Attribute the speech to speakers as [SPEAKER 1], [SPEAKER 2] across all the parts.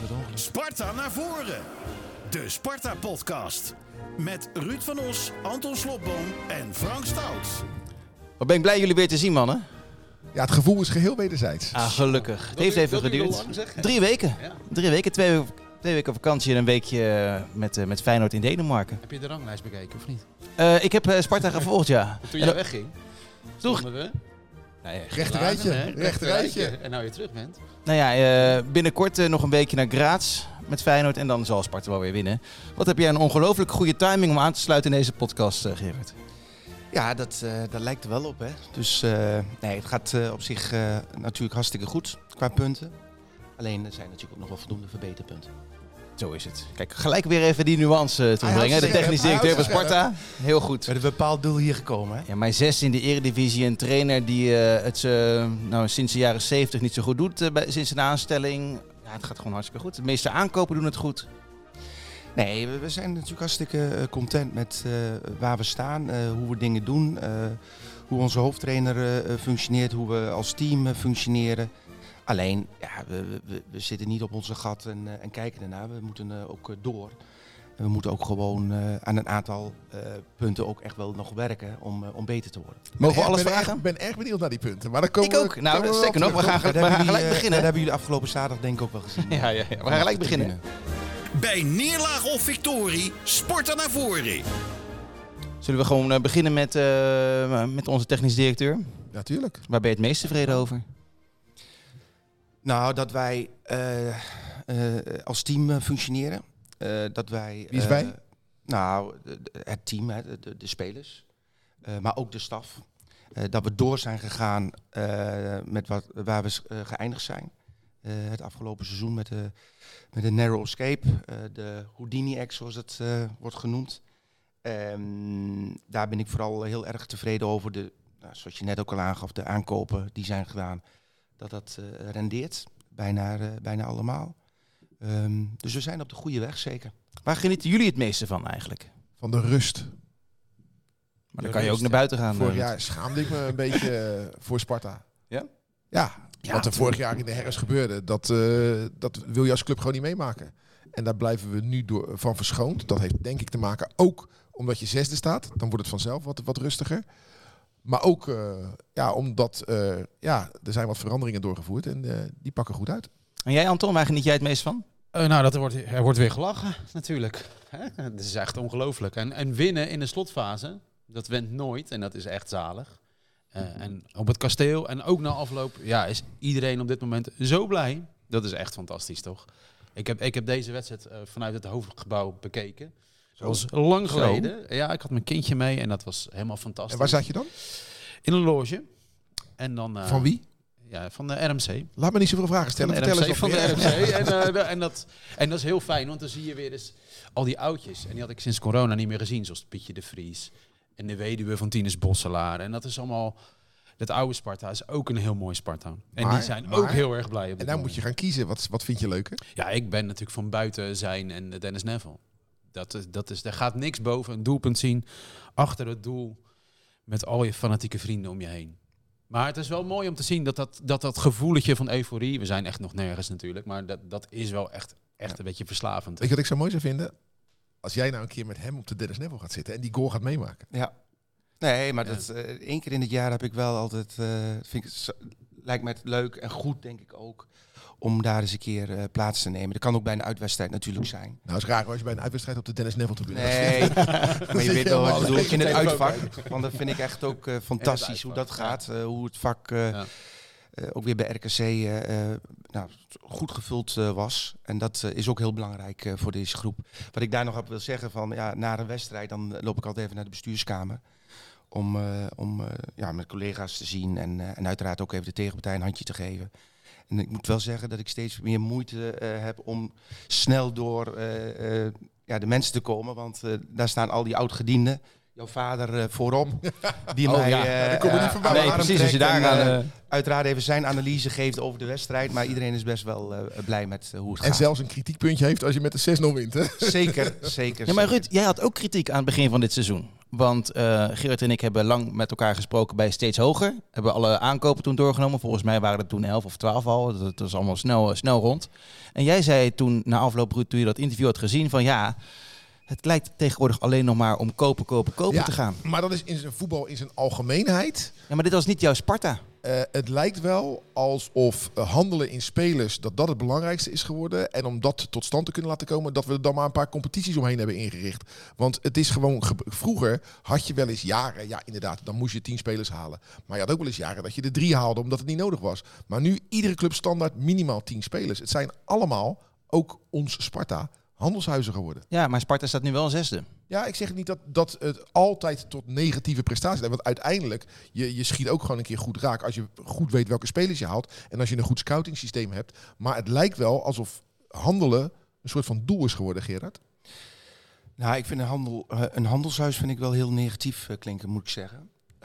[SPEAKER 1] Sparta naar voren. De Sparta-podcast. Met Ruud van Os, Anton Slobboom en Frank Stout.
[SPEAKER 2] Wat ben ik blij jullie weer te zien, mannen.
[SPEAKER 3] Ja, het gevoel is geheel wederzijds.
[SPEAKER 2] Ah, gelukkig. Het heeft even geduurd. 3 weken. Ja. 3 weken, 2 weken vakantie en een weekje met Feyenoord in Denemarken.
[SPEAKER 4] Heb je de ranglijst bekeken of niet?
[SPEAKER 2] Ik heb Sparta gevolgd, ja.
[SPEAKER 4] Toen jij wegging,
[SPEAKER 2] stonden
[SPEAKER 4] we...
[SPEAKER 3] Rechterrijtje.
[SPEAKER 4] En nou je terug bent.
[SPEAKER 2] Nou ja, binnenkort nog een weekje naar Graz met Feyenoord en dan zal Sparta wel weer winnen. Wat heb jij een ongelooflijk goede timing om aan te sluiten in deze podcast, Gerard?
[SPEAKER 5] Ja, dat lijkt er wel op, hè. Dus het gaat op zich natuurlijk hartstikke goed qua punten. Alleen er zijn natuurlijk ook nog wel voldoende verbeterpunten.
[SPEAKER 2] Zo is het. Kijk, gelijk weer even die nuance te brengen. De technisch directeur van Sparta. Heel goed.
[SPEAKER 5] Met een bepaald doel hier gekomen, hè?
[SPEAKER 2] Ja, maar 6 in de Eredivisie. Een trainer die het sinds de jaren 70 niet zo goed doet sinds zijn aanstelling. Ja, het gaat gewoon hartstikke goed. De meeste aankopen doen het goed.
[SPEAKER 5] Nee, we zijn natuurlijk hartstikke content met waar we staan, hoe we dingen doen, hoe onze hoofdtrainer functioneert, hoe we als team functioneren. Alleen, ja, we zitten niet op onze gat en kijken ernaar. We moeten ook door. En we moeten ook gewoon aan een aantal punten ook echt wel nog werken om beter te worden.
[SPEAKER 2] Mogen we alles vragen?
[SPEAKER 3] Ik ben erg benieuwd naar die punten. Maar dan komen
[SPEAKER 2] ik ook. Nou, zeker nog. We gaan gelijk beginnen.
[SPEAKER 5] Dat hebben jullie afgelopen zaterdag denk ik ook wel gezien.
[SPEAKER 2] Ja. We gaan gelijk beginnen.
[SPEAKER 1] Bij neerlaag of victorie, Sparta naar voren.
[SPEAKER 2] Zullen we gewoon beginnen met onze technisch directeur?
[SPEAKER 3] Natuurlijk.
[SPEAKER 2] Waar ben je het meest tevreden over?
[SPEAKER 5] Nou, dat wij als team functioneren. Dat wij,
[SPEAKER 3] wie is wij?
[SPEAKER 5] Nou, het team, de spelers. Maar ook de staf. Dat we door zijn gegaan met waar we geëindigd zijn. Het afgelopen seizoen met de Narrow Escape. De Houdini-act, zoals het wordt genoemd. Daar ben ik vooral heel erg tevreden over. Zoals je net ook al aangaf, de aankopen die zijn gedaan. Dat rendeert, bijna allemaal. Dus we zijn op de goede weg, zeker.
[SPEAKER 2] Waar genieten jullie het meeste van eigenlijk?
[SPEAKER 3] Van de rust.
[SPEAKER 2] Maar dan kan je ook naar buiten gaan.
[SPEAKER 3] Vorig jaar schaamde ik me een beetje voor Sparta.
[SPEAKER 2] Ja?
[SPEAKER 3] Ja, wat er vorig jaar in de herfst gebeurde, dat wil je als club gewoon niet meemaken. En daar blijven we nu van verschoond. Dat heeft denk ik te maken ook omdat je 6e staat. Dan wordt het vanzelf wat rustiger. Maar ook omdat er zijn wat veranderingen doorgevoerd en die pakken goed uit.
[SPEAKER 2] En jij, Anton, waar geniet jij het meest van?
[SPEAKER 4] Er wordt weer gelachen, natuurlijk. Dat is echt ongelooflijk. En winnen in de slotfase, dat went nooit en dat is echt zalig. En op het kasteel en ook na afloop is iedereen op dit moment zo blij. Dat is echt fantastisch, toch? Ik heb deze wedstrijd vanuit het hoofdgebouw bekeken. Dat was lang geleden. Ja, ik had mijn kindje mee en dat was helemaal fantastisch.
[SPEAKER 3] En waar zat je dan?
[SPEAKER 4] In een loge. En dan,
[SPEAKER 3] van wie?
[SPEAKER 4] Ja, van de RMC.
[SPEAKER 3] Laat me niet zoveel vragen stellen.
[SPEAKER 4] Van de RMC. En dat is heel fijn, want dan zie je weer eens al die oudjes. En die had ik sinds corona niet meer gezien, zoals Pietje de Vries. En de weduwe van Tinus Bosselaar. En dat is allemaal... Dat oude Sparta is ook een heel mooi Sparta. En die zijn ook heel erg blij op dit
[SPEAKER 3] En daar moet je gaan kiezen. Wat vind je leuker?
[SPEAKER 4] Ja, ik ben natuurlijk van buiten zijn en Dennis Neville. Daar gaat niks boven. Een doelpunt zien achter het doel met al je fanatieke vrienden om je heen. Maar het is wel mooi om te zien dat gevoeletje van euforie... We zijn echt nog nergens natuurlijk, maar dat is wel echt een beetje verslavend.
[SPEAKER 3] Weet je wat ik zo mooi zou vinden? Als jij nou een keer met hem op de Dennis Neville gaat zitten en die goal gaat meemaken.
[SPEAKER 5] Ja. Nee, maar dat 1 keer in het jaar heb ik wel altijd... lijkt me het leuk en goed, denk ik ook... om daar eens een keer plaats te nemen. Dat kan ook bij een uitwedstrijd natuurlijk zijn.
[SPEAKER 3] Nou, is raar als je bij een uitwedstrijd op de Dennis Neville tribune
[SPEAKER 5] Nee, maar je weet wel wat ik bedoel. In het uitvak. Want dat vind ik echt ook fantastisch hoe dat gaat. Hoe het vak ook weer bij RKC goed gevuld was. En dat is ook heel belangrijk voor deze groep. Wat ik daar nog op wil zeggen van... na een wedstrijd dan loop ik altijd even naar de bestuurskamer... om met collega's te zien en uiteraard ook even de tegenpartij een handje te geven. En ik moet wel zeggen dat ik steeds meer moeite heb om snel door de mensen te komen. Want daar staan al die oud-gedienden, jouw vader voorop. Die
[SPEAKER 3] ik kom er niet voorbij.
[SPEAKER 2] Nee, precies. Als je daar
[SPEAKER 5] uiteraard even zijn analyse geeft over de wedstrijd. Maar iedereen is best wel blij met hoe het gaat.
[SPEAKER 3] En zelfs een kritiekpuntje heeft als je met de 6-0 wint. Hè?
[SPEAKER 5] Zeker.
[SPEAKER 2] Ja, maar Ruud, jij had ook kritiek aan het begin van dit seizoen. Want Gerard en ik hebben lang met elkaar gesproken bij Steeds Hoger. Hebben alle aankopen toen doorgenomen. Volgens mij waren er toen 11 of 12 al. Dat was allemaal snel rond. En jij zei toen na afloop, Ruud, toen je dat interview had gezien, van ja, het lijkt tegenwoordig alleen nog maar om kopen te gaan.
[SPEAKER 3] Maar dat is in zijn voetbal in zijn algemeenheid.
[SPEAKER 2] Ja, maar dit was niet jouw Sparta.
[SPEAKER 3] Het lijkt wel alsof handelen in spelers dat het belangrijkste is geworden. En om dat tot stand te kunnen laten komen, dat we er dan maar een paar competities omheen hebben ingericht. Want het is gewoon, vroeger had je wel eens jaren, ja inderdaad, dan moest je 10 spelers halen. Maar je had ook wel eens jaren dat je er 3 haalde omdat het niet nodig was. Maar nu iedere club standaard minimaal 10 spelers. Het zijn allemaal, ook ons Sparta, handelshuizen geworden.
[SPEAKER 2] Ja, maar Sparta staat nu wel 6e.
[SPEAKER 3] Ja, ik zeg niet dat het altijd tot negatieve prestaties leidt. Want uiteindelijk, je schiet ook gewoon een keer goed raak als je goed weet welke spelers je haalt. En als je een goed scouting systeem hebt. Maar het lijkt wel alsof handelen een soort van doel is geworden, Gerard.
[SPEAKER 5] Nou, ik vind een handelshuis vind ik wel heel negatief klinken, moet ik zeggen.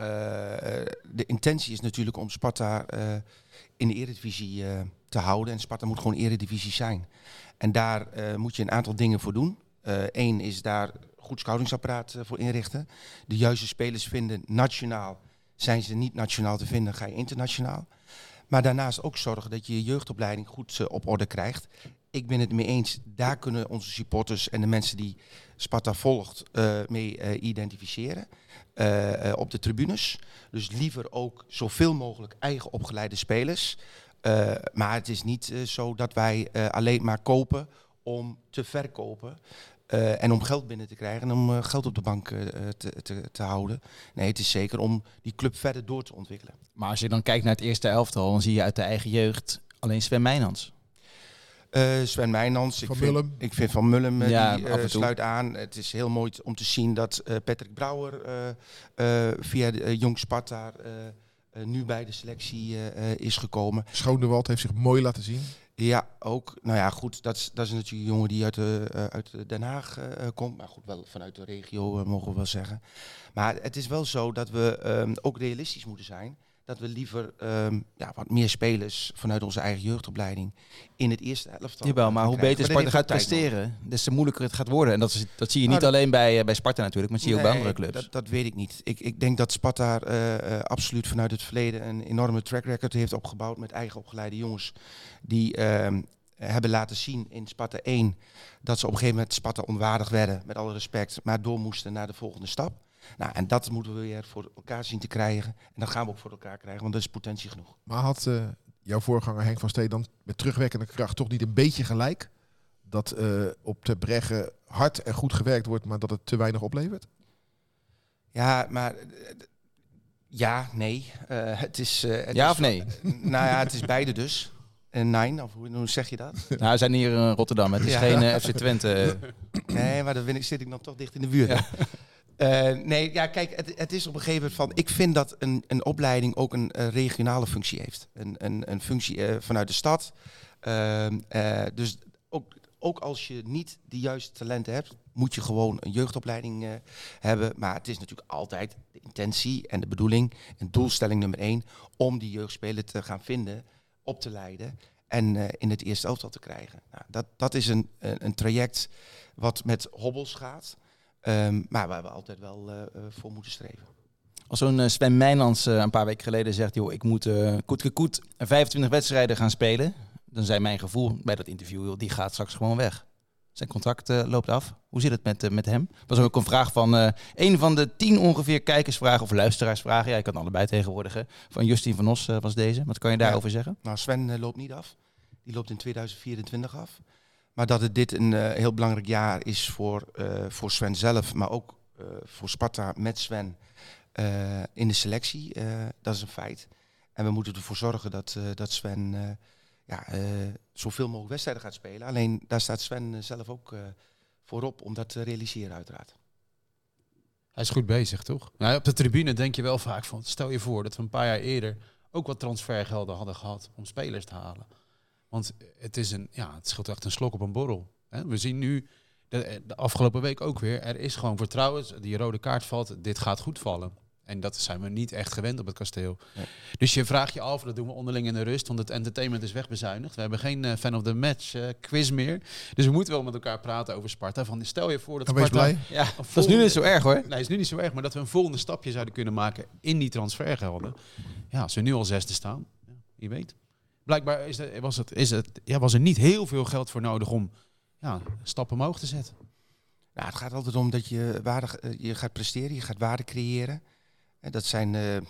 [SPEAKER 5] De intentie is natuurlijk om Sparta in de Eredivisie te houden. En Sparta moet gewoon Eredivisie zijn. En daar moet je een aantal dingen voor doen. Eén is daar goed scoutingsapparaat voor inrichten. De juiste spelers vinden nationaal. Zijn ze niet nationaal te vinden, ga je internationaal. Maar daarnaast ook zorgen dat je je jeugdopleiding goed op orde krijgt. Ik ben het mee eens, daar kunnen onze supporters en de mensen die Sparta volgt mee identificeren. Op de tribunes. Dus liever ook zoveel mogelijk eigen opgeleide spelers. Maar het is niet zo dat wij alleen maar kopen om te verkopen. En om geld binnen te krijgen en om geld op de bank te houden. Nee, het is zeker om die club verder door te ontwikkelen.
[SPEAKER 2] Maar als je dan kijkt naar het eerste elftal, dan zie je uit de eigen jeugd alleen Sven Meijnans.
[SPEAKER 5] Sven Meijnans, ik vind Van Mullum die sluit aan. Het is heel mooi om te zien dat Patrick Brouwer via Jong Sparta nu bij de selectie is gekomen.
[SPEAKER 3] Schoonewald heeft zich mooi laten zien.
[SPEAKER 5] Ja, ook. Nou ja, goed, dat is natuurlijk een jongen die uit Den Haag komt. Maar goed, wel vanuit de regio mogen we wel zeggen. Maar het is wel zo dat we ook realistisch moeten zijn. Dat we liever wat meer spelers vanuit onze eigen jeugdopleiding in het eerste elftal.
[SPEAKER 2] Jawel, maar hoe beter Sparta gaat presteren, des te moeilijker het gaat worden. En dat zie je niet alleen bij Sparta natuurlijk, maar dat zie je ook bij andere clubs.
[SPEAKER 5] Dat weet ik niet. Ik denk dat Sparta absoluut vanuit het verleden een enorme track record heeft opgebouwd met eigen opgeleide jongens. Die hebben laten zien in Sparta 1 dat ze op een gegeven moment Sparta onwaardig werden, met alle respect, maar door moesten naar de volgende stap. Nou, en dat moeten we weer voor elkaar zien te krijgen. En dat gaan we ook voor elkaar krijgen, want dat is potentie genoeg.
[SPEAKER 3] Maar had jouw voorganger Henk van Stee dan met terugwerkende kracht toch niet een beetje gelijk? Dat op Ter Breggen hard en goed gewerkt wordt, maar dat het te weinig oplevert?
[SPEAKER 5] Ja, maar... ja, nee. Het is...
[SPEAKER 2] of nee?
[SPEAKER 5] Nou ja, het is beide dus. Nee, of hoe zeg je dat?
[SPEAKER 2] Nou, we zijn hier in Rotterdam. Het is geen FC Twente.
[SPEAKER 5] Nee, maar dan zit ik dan toch dicht in de buurt. Ja. Nee, ja, kijk, het is op een gegeven moment van... Ik vind dat een opleiding ook een regionale functie heeft. Een functie vanuit de stad. Dus ook als je niet de juiste talenten hebt... moet je gewoon een jeugdopleiding hebben. Maar het is natuurlijk altijd de intentie en de bedoeling... en doelstelling nummer 1... om die jeugdspeler te gaan vinden, op te leiden... en in het eerste elftal te krijgen. Nou, dat is een traject wat met hobbels gaat... maar waar we altijd wel voor moeten streven.
[SPEAKER 2] Als zo'n Sven Meijnans een paar weken geleden zegt... joh, ik moet koet 25 wedstrijden gaan spelen... dan zei mijn gevoel bij dat interview... joh, die gaat straks gewoon weg. Zijn contract loopt af. Hoe zit het met hem? Dat was ook een vraag van een van de 10 ongeveer kijkersvragen... of luisteraarsvragen. Ja, ik kan allebei tegenwoordigen. Van Justin van Os was deze. Wat kan je daarover zeggen?
[SPEAKER 5] Nou, Sven loopt niet af. Die loopt in 2024 af. Maar dat dit een heel belangrijk jaar is voor Sven zelf, maar ook voor Sparta met Sven in de selectie, dat is een feit. En we moeten ervoor zorgen dat Sven zoveel mogelijk wedstrijden gaat spelen. Alleen daar staat Sven zelf ook voorop om dat te realiseren uiteraard.
[SPEAKER 4] Hij is goed bezig, toch? Nou, op de tribune denk je wel vaak van, stel je voor dat we een paar jaar eerder ook wat transfergelden hadden gehad om spelers te halen. Want het scheelt echt een slok op een borrel. We zien nu, de afgelopen week ook weer, er is gewoon vertrouwen. Die rode kaart valt, dit gaat goed vallen. En dat zijn we niet echt gewend op het Kasteel.
[SPEAKER 5] Nee.
[SPEAKER 4] Dus je vraagt je af, dat doen we onderling in de rust, want het entertainment is wegbezuinigd. We hebben geen fan of the match quiz meer. Dus we moeten wel met elkaar praten over Sparta. Stel je voor dat
[SPEAKER 3] Dan wees
[SPEAKER 4] Sparta...
[SPEAKER 3] blij.
[SPEAKER 2] Ja, dat is nu niet zo erg hoor.
[SPEAKER 4] Nee, is nu niet zo erg, maar dat we een volgende stapje zouden kunnen maken in die transfergelden. Ja, als we nu al 6e staan, ja, wie weet. Blijkbaar was er niet heel veel geld voor nodig om stappen omhoog te zetten.
[SPEAKER 5] Nou, het gaat altijd om dat je je gaat presteren, je gaat waarde creëren. En dat zijn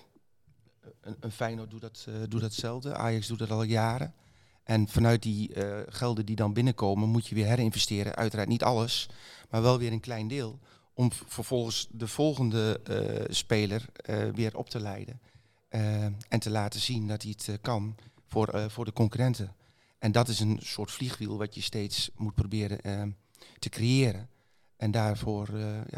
[SPEAKER 5] een Feyenoord doet datzelfde, Ajax doet dat al jaren. En vanuit die gelden die dan binnenkomen moet je weer herinvesteren. Uiteraard niet alles, maar wel weer een klein deel. Om vervolgens de volgende speler weer op te leiden. En te laten zien dat hij het kan voor de concurrenten. En dat is een soort vliegwiel wat je steeds moet proberen te creëren. En daarvoor,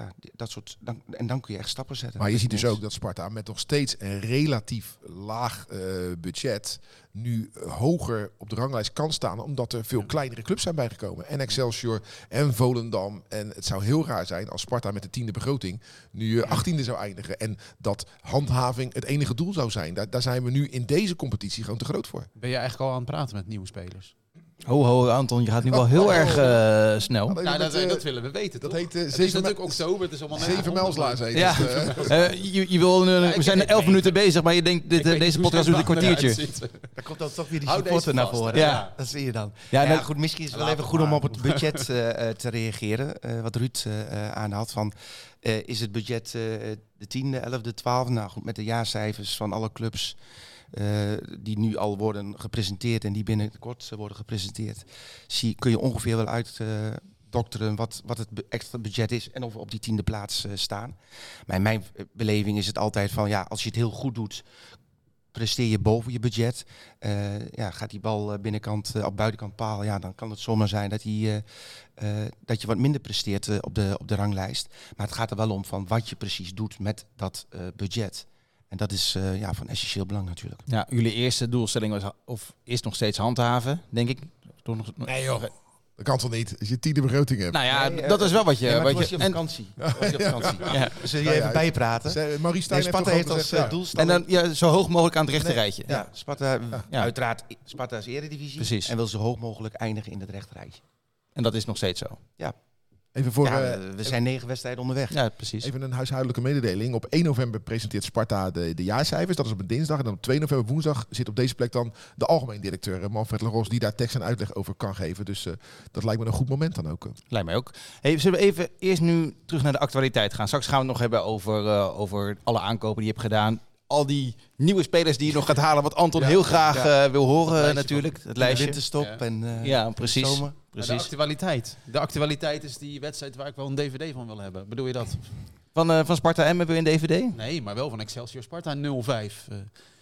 [SPEAKER 5] dan kun je echt stappen zetten.
[SPEAKER 3] Maar je ziet dus ook dat Sparta met nog steeds een relatief laag budget nu hoger op de ranglijst kan staan, omdat er veel kleinere clubs zijn bijgekomen. En Excelsior en Volendam. En het zou heel raar zijn als Sparta met de 10e begroting nu 18e zou eindigen. En dat handhaving het enige doel zou zijn. Daar zijn we nu in deze competitie gewoon te groot voor.
[SPEAKER 4] Ben je eigenlijk al aan het praten met nieuwe spelers?
[SPEAKER 2] Ho, Anton, je gaat nu wel heel erg snel.
[SPEAKER 4] Dat willen we weten,
[SPEAKER 3] dat
[SPEAKER 4] toch?
[SPEAKER 3] heet
[SPEAKER 4] Het is natuurlijk oktober, het is allemaal
[SPEAKER 3] 7 mijlslaars heet
[SPEAKER 2] Ja.
[SPEAKER 3] het.
[SPEAKER 2] We zijn 11 minuten bezig, maar je denkt, deze podcast doet een kwartiertje.
[SPEAKER 5] Daar komt dan toch weer die
[SPEAKER 4] Hou
[SPEAKER 5] supporter
[SPEAKER 4] deze
[SPEAKER 5] naar
[SPEAKER 4] vast.
[SPEAKER 5] voren.
[SPEAKER 2] Ja.
[SPEAKER 5] Dat zie je dan.
[SPEAKER 2] Ja,
[SPEAKER 5] Ja,
[SPEAKER 2] dat-
[SPEAKER 5] goed, misschien is het wel
[SPEAKER 4] Laat
[SPEAKER 5] even
[SPEAKER 4] het
[SPEAKER 5] goed om
[SPEAKER 4] maar.
[SPEAKER 5] op het budget te reageren. Wat Ruud aanhaalt van, is het budget de 10e, 11e, 12e? Nou goed, met de jaarcijfers van alle clubs die nu al worden gepresenteerd en die binnenkort worden gepresenteerd, kun je ongeveer wel uitdokteren wat het extra budget is en of we op die 10e plaats staan. Maar in mijn beleving is het altijd van, als je het heel goed doet, presteer je boven je budget. Gaat die bal binnenkant op buitenkant paal, dan kan het zomaar zijn dat je wat minder presteert op de ranglijst. Maar het gaat er wel om van wat je precies doet met dat budget. En dat is van essentieel belang natuurlijk.
[SPEAKER 2] Ja, jullie eerste doelstelling is nog steeds handhaven, denk ik.
[SPEAKER 3] Nee joh, dat kan toch niet? Als je 10e begroting hebt.
[SPEAKER 2] Nou ja, dat is wel wat je...
[SPEAKER 5] Ja, maar
[SPEAKER 2] wat
[SPEAKER 5] toen was je op
[SPEAKER 2] en,
[SPEAKER 5] vakantie. Ja. Zul je
[SPEAKER 3] Nou ja,
[SPEAKER 5] even bijpraten?
[SPEAKER 3] Maurice Stijn heeft
[SPEAKER 5] Sparta
[SPEAKER 3] toch
[SPEAKER 5] heeft
[SPEAKER 3] ook
[SPEAKER 5] als
[SPEAKER 3] gezegd, ja.
[SPEAKER 5] doelstelling...
[SPEAKER 2] en dan zo hoog mogelijk aan het rechte rijtje.
[SPEAKER 5] Ja, Sparta,
[SPEAKER 2] Ja.
[SPEAKER 5] uiteraard, Sparta is eredivisie.
[SPEAKER 2] Precies.
[SPEAKER 5] En wil zo hoog mogelijk eindigen in het rechte rijtje.
[SPEAKER 2] En dat is nog steeds zo.
[SPEAKER 3] Even voor
[SPEAKER 5] We zijn 9 wedstrijden onderweg.
[SPEAKER 2] Ja, precies.
[SPEAKER 3] even een huishoudelijke mededeling. Op 1 november presenteert Sparta de jaarcijfers. Dat is op een dinsdag. En dan op 2 november woensdag zit op deze plek dan de algemeen directeur Manfred Leros, die daar tekst en uitleg over kan geven. Dus dat lijkt me een goed moment dan ook.
[SPEAKER 2] Lijkt mij ook. Hey, zullen we even eerst nu terug naar de actualiteit gaan? Straks gaan we het nog hebben over alle aankopen die je hebt gedaan. Al die nieuwe spelers die je nog gaat halen, wat Anton heel graag wil horen natuurlijk. Het lijstje.
[SPEAKER 5] Winterstop
[SPEAKER 4] Ja.
[SPEAKER 5] en
[SPEAKER 2] Ja, precies.
[SPEAKER 5] zomer.
[SPEAKER 4] De
[SPEAKER 2] Precies.
[SPEAKER 4] actualiteit. De actualiteit is die wedstrijd waar ik wel een DVD van wil hebben. Bedoel je dat?
[SPEAKER 2] Van Sparta Emmen wil je een DVD?
[SPEAKER 4] Nee, maar wel van Excelsior Sparta 0-5.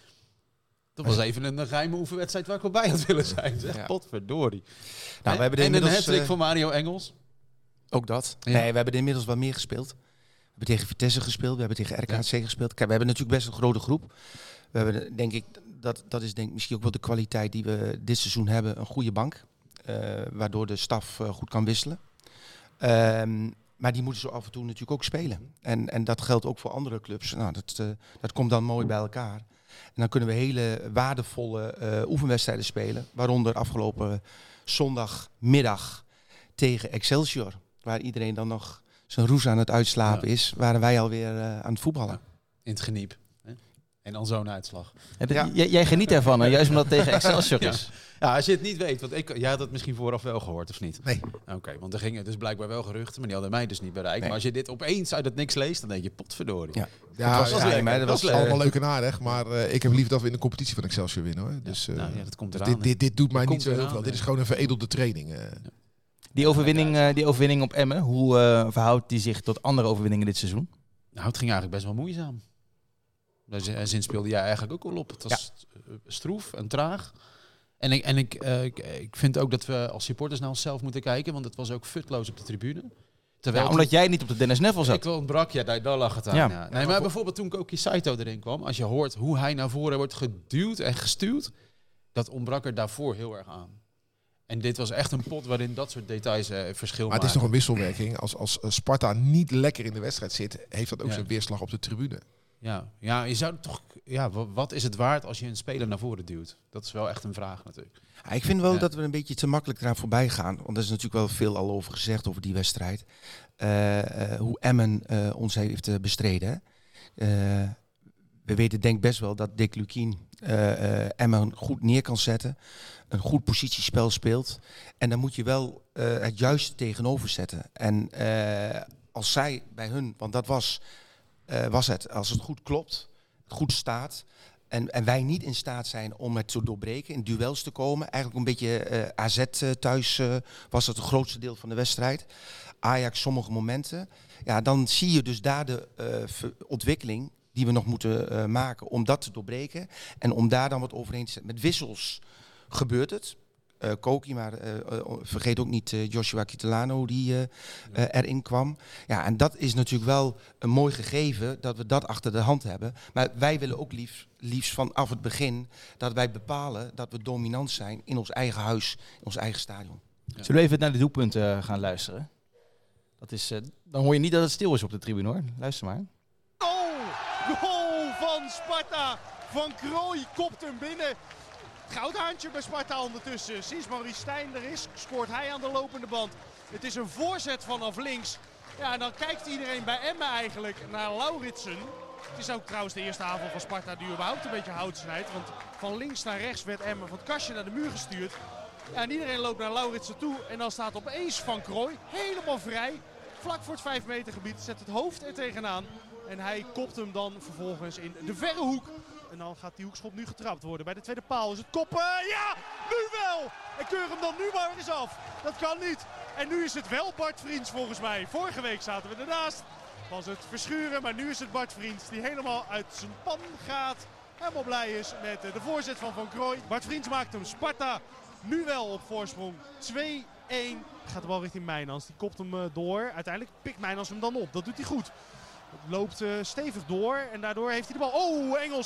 [SPEAKER 4] Dat was even een geheime oefenwedstrijd waar ik wel bij had willen zijn. Zeg.
[SPEAKER 5] Ja.
[SPEAKER 4] Potverdorie.
[SPEAKER 5] Nou, we hebben er
[SPEAKER 4] en een
[SPEAKER 5] inmiddels
[SPEAKER 4] hat-trick van Mario Engels.
[SPEAKER 5] ook dat.
[SPEAKER 4] Ja.
[SPEAKER 5] Nee, we hebben er inmiddels wel meer gespeeld. We hebben tegen Vitesse gespeeld, we hebben tegen RKC gespeeld. Kijk, we hebben natuurlijk best een grote groep. We hebben, denk ik, dat is denk ik misschien ook wel de kwaliteit die we dit seizoen hebben. Een goede bank, waardoor de staf goed kan wisselen. Maar die moeten zo af en toe natuurlijk ook spelen. En dat geldt ook voor andere clubs. Nou, dat komt dan mooi bij elkaar. En dan kunnen we hele waardevolle oefenwedstrijden spelen. Waaronder afgelopen zondagmiddag tegen Excelsior. Waar iedereen dan nog zijn roes aan het uitslapen is. Waren wij alweer aan het voetballen.
[SPEAKER 4] In het geniep. Hè? En dan zo'n uitslag.
[SPEAKER 2] Jij geniet ervan, hè? Juist omdat het tegen Excelsior
[SPEAKER 4] Ja.
[SPEAKER 2] is.
[SPEAKER 4] Ja, als je het niet weet, want jij had het misschien vooraf wel gehoord, of niet?
[SPEAKER 3] Nee.
[SPEAKER 4] Oké, want er gingen dus blijkbaar wel geruchten, maar die hadden mij dus niet bereikt.
[SPEAKER 5] Nee.
[SPEAKER 4] Maar als je dit opeens uit het niks leest, dan denk je, potverdorie.
[SPEAKER 5] Ja.
[SPEAKER 3] Ja,
[SPEAKER 5] was
[SPEAKER 3] ja,
[SPEAKER 5] leuk,
[SPEAKER 3] maar
[SPEAKER 5] hè?
[SPEAKER 3] dat
[SPEAKER 5] Dat
[SPEAKER 3] was
[SPEAKER 5] was
[SPEAKER 3] allemaal leuk en aardig. Maar ik heb liever dat we in de competitie van Excelsior winnen. Hoor. Dus,
[SPEAKER 4] Nou ja, dat komt
[SPEAKER 3] dus
[SPEAKER 4] eraan.
[SPEAKER 3] dit doet mij
[SPEAKER 4] Dat
[SPEAKER 3] niet zo
[SPEAKER 4] komt
[SPEAKER 3] heel veel.
[SPEAKER 4] eraan,
[SPEAKER 3] Dit is
[SPEAKER 4] hè.
[SPEAKER 3] gewoon een veredelde training.
[SPEAKER 2] Die overwinning op Emmen, hoe verhoudt die zich tot andere overwinningen dit seizoen?
[SPEAKER 4] Nou, het ging eigenlijk best wel moeizaam. Daar zin speelde jij eigenlijk ook wel op. Het was stroef en traag. En ik vind ook dat we als supporters naar onszelf moeten kijken, want het was ook futloos op de tribune. Terwijl
[SPEAKER 2] Ja, omdat jij niet op de Dennis Neville zat.
[SPEAKER 4] ik wel ontbrak, daar lag het aan.
[SPEAKER 2] Ja.
[SPEAKER 4] Ja. Nee, maar bijvoorbeeld toen Koki Saito erin kwam, als je hoort hoe hij naar voren wordt geduwd en gestuwd, dat ontbrak er daarvoor heel erg aan. En dit was echt een pot waarin dat soort details verschil
[SPEAKER 3] Maar het is
[SPEAKER 4] maken.
[SPEAKER 3] nog een wisselwerking. Als Sparta niet lekker in de wedstrijd zit, heeft dat ook
[SPEAKER 4] Ja.
[SPEAKER 3] zijn weerslag op de tribune.
[SPEAKER 4] Ja, je zou toch... Ja, wat is het waard als je een speler naar voren duwt? Dat is wel echt een vraag natuurlijk.
[SPEAKER 5] Ja, ik vind wel dat we een beetje te makkelijk eraan voorbij gaan. Want er is natuurlijk wel veel al over gezegd over die wedstrijd. Hoe Emmen ons heeft bestreden. We weten denk best wel dat Dick Lukien Emmen goed neer kan zetten. Een goed positiespel speelt. En dan moet je wel het juiste tegenover zetten. En als zij bij hun, want dat was het, als het goed klopt, goed staat... En wij niet in staat zijn om het te doorbreken, in duels te komen. Eigenlijk een beetje AZ thuis was het grootste deel van de wedstrijd. Ajax sommige momenten. Ja, dan zie je dus daar de ontwikkeling die we nog moeten maken om dat te doorbreken. En om daar dan wat overheen te zetten. Met wissels gebeurt het. Koki, maar vergeet ook niet Joshua Kitolano die erin kwam. Ja, en dat is natuurlijk wel een mooi gegeven dat we dat achter de hand hebben. Maar wij willen ook liefst vanaf het begin dat wij bepalen dat we dominant zijn in ons eigen huis, in ons eigen stadion.
[SPEAKER 2] Ja. Zullen we even naar de doelpunten gaan luisteren? Dat is, dan hoor je niet dat het stil is op de tribune hoor. Luister maar.
[SPEAKER 6] Goal van Sparta. Van Krooij kopt hem binnen. Goudhaantje bij Sparta ondertussen. Sinds Maurice Stijn er is, scoort hij aan de lopende band. Het is een voorzet vanaf links. Ja, en dan kijkt iedereen bij Emmen eigenlijk naar Lauritsen. Het is ook trouwens de eerste aanval van Sparta die überhaupt een beetje hout snijdt. Want van links naar rechts werd Emmen van het kastje naar de muur gestuurd. Ja, en iedereen loopt naar Lauritsen toe. En dan staat opeens Van Krooij helemaal vrij. Vlak voor het 5 meter gebied. Zet het hoofd er tegenaan. En hij kopt hem dan vervolgens in de verre hoek. En dan gaat die hoekschop nu getrapt worden. Bij de tweede paal is het koppen. Ja, nu wel! En keur hem dan nu maar eens af. Dat kan niet. En nu is het wel Bart Vriends volgens mij. Vorige week zaten we ernaast. Was het Verschuren, maar nu is het Bart Vriends die helemaal uit zijn pan gaat. Helemaal blij is met de voorzet van Krooij. Bart Vriends maakt hem. Sparta nu wel op voorsprong. 2-1. Gaat de bal richting Mijnans. Die kopt hem door. Uiteindelijk pikt Mijnans hem dan op. Dat doet hij goed. Het loopt stevig door en daardoor heeft hij de bal. Oh, Engels.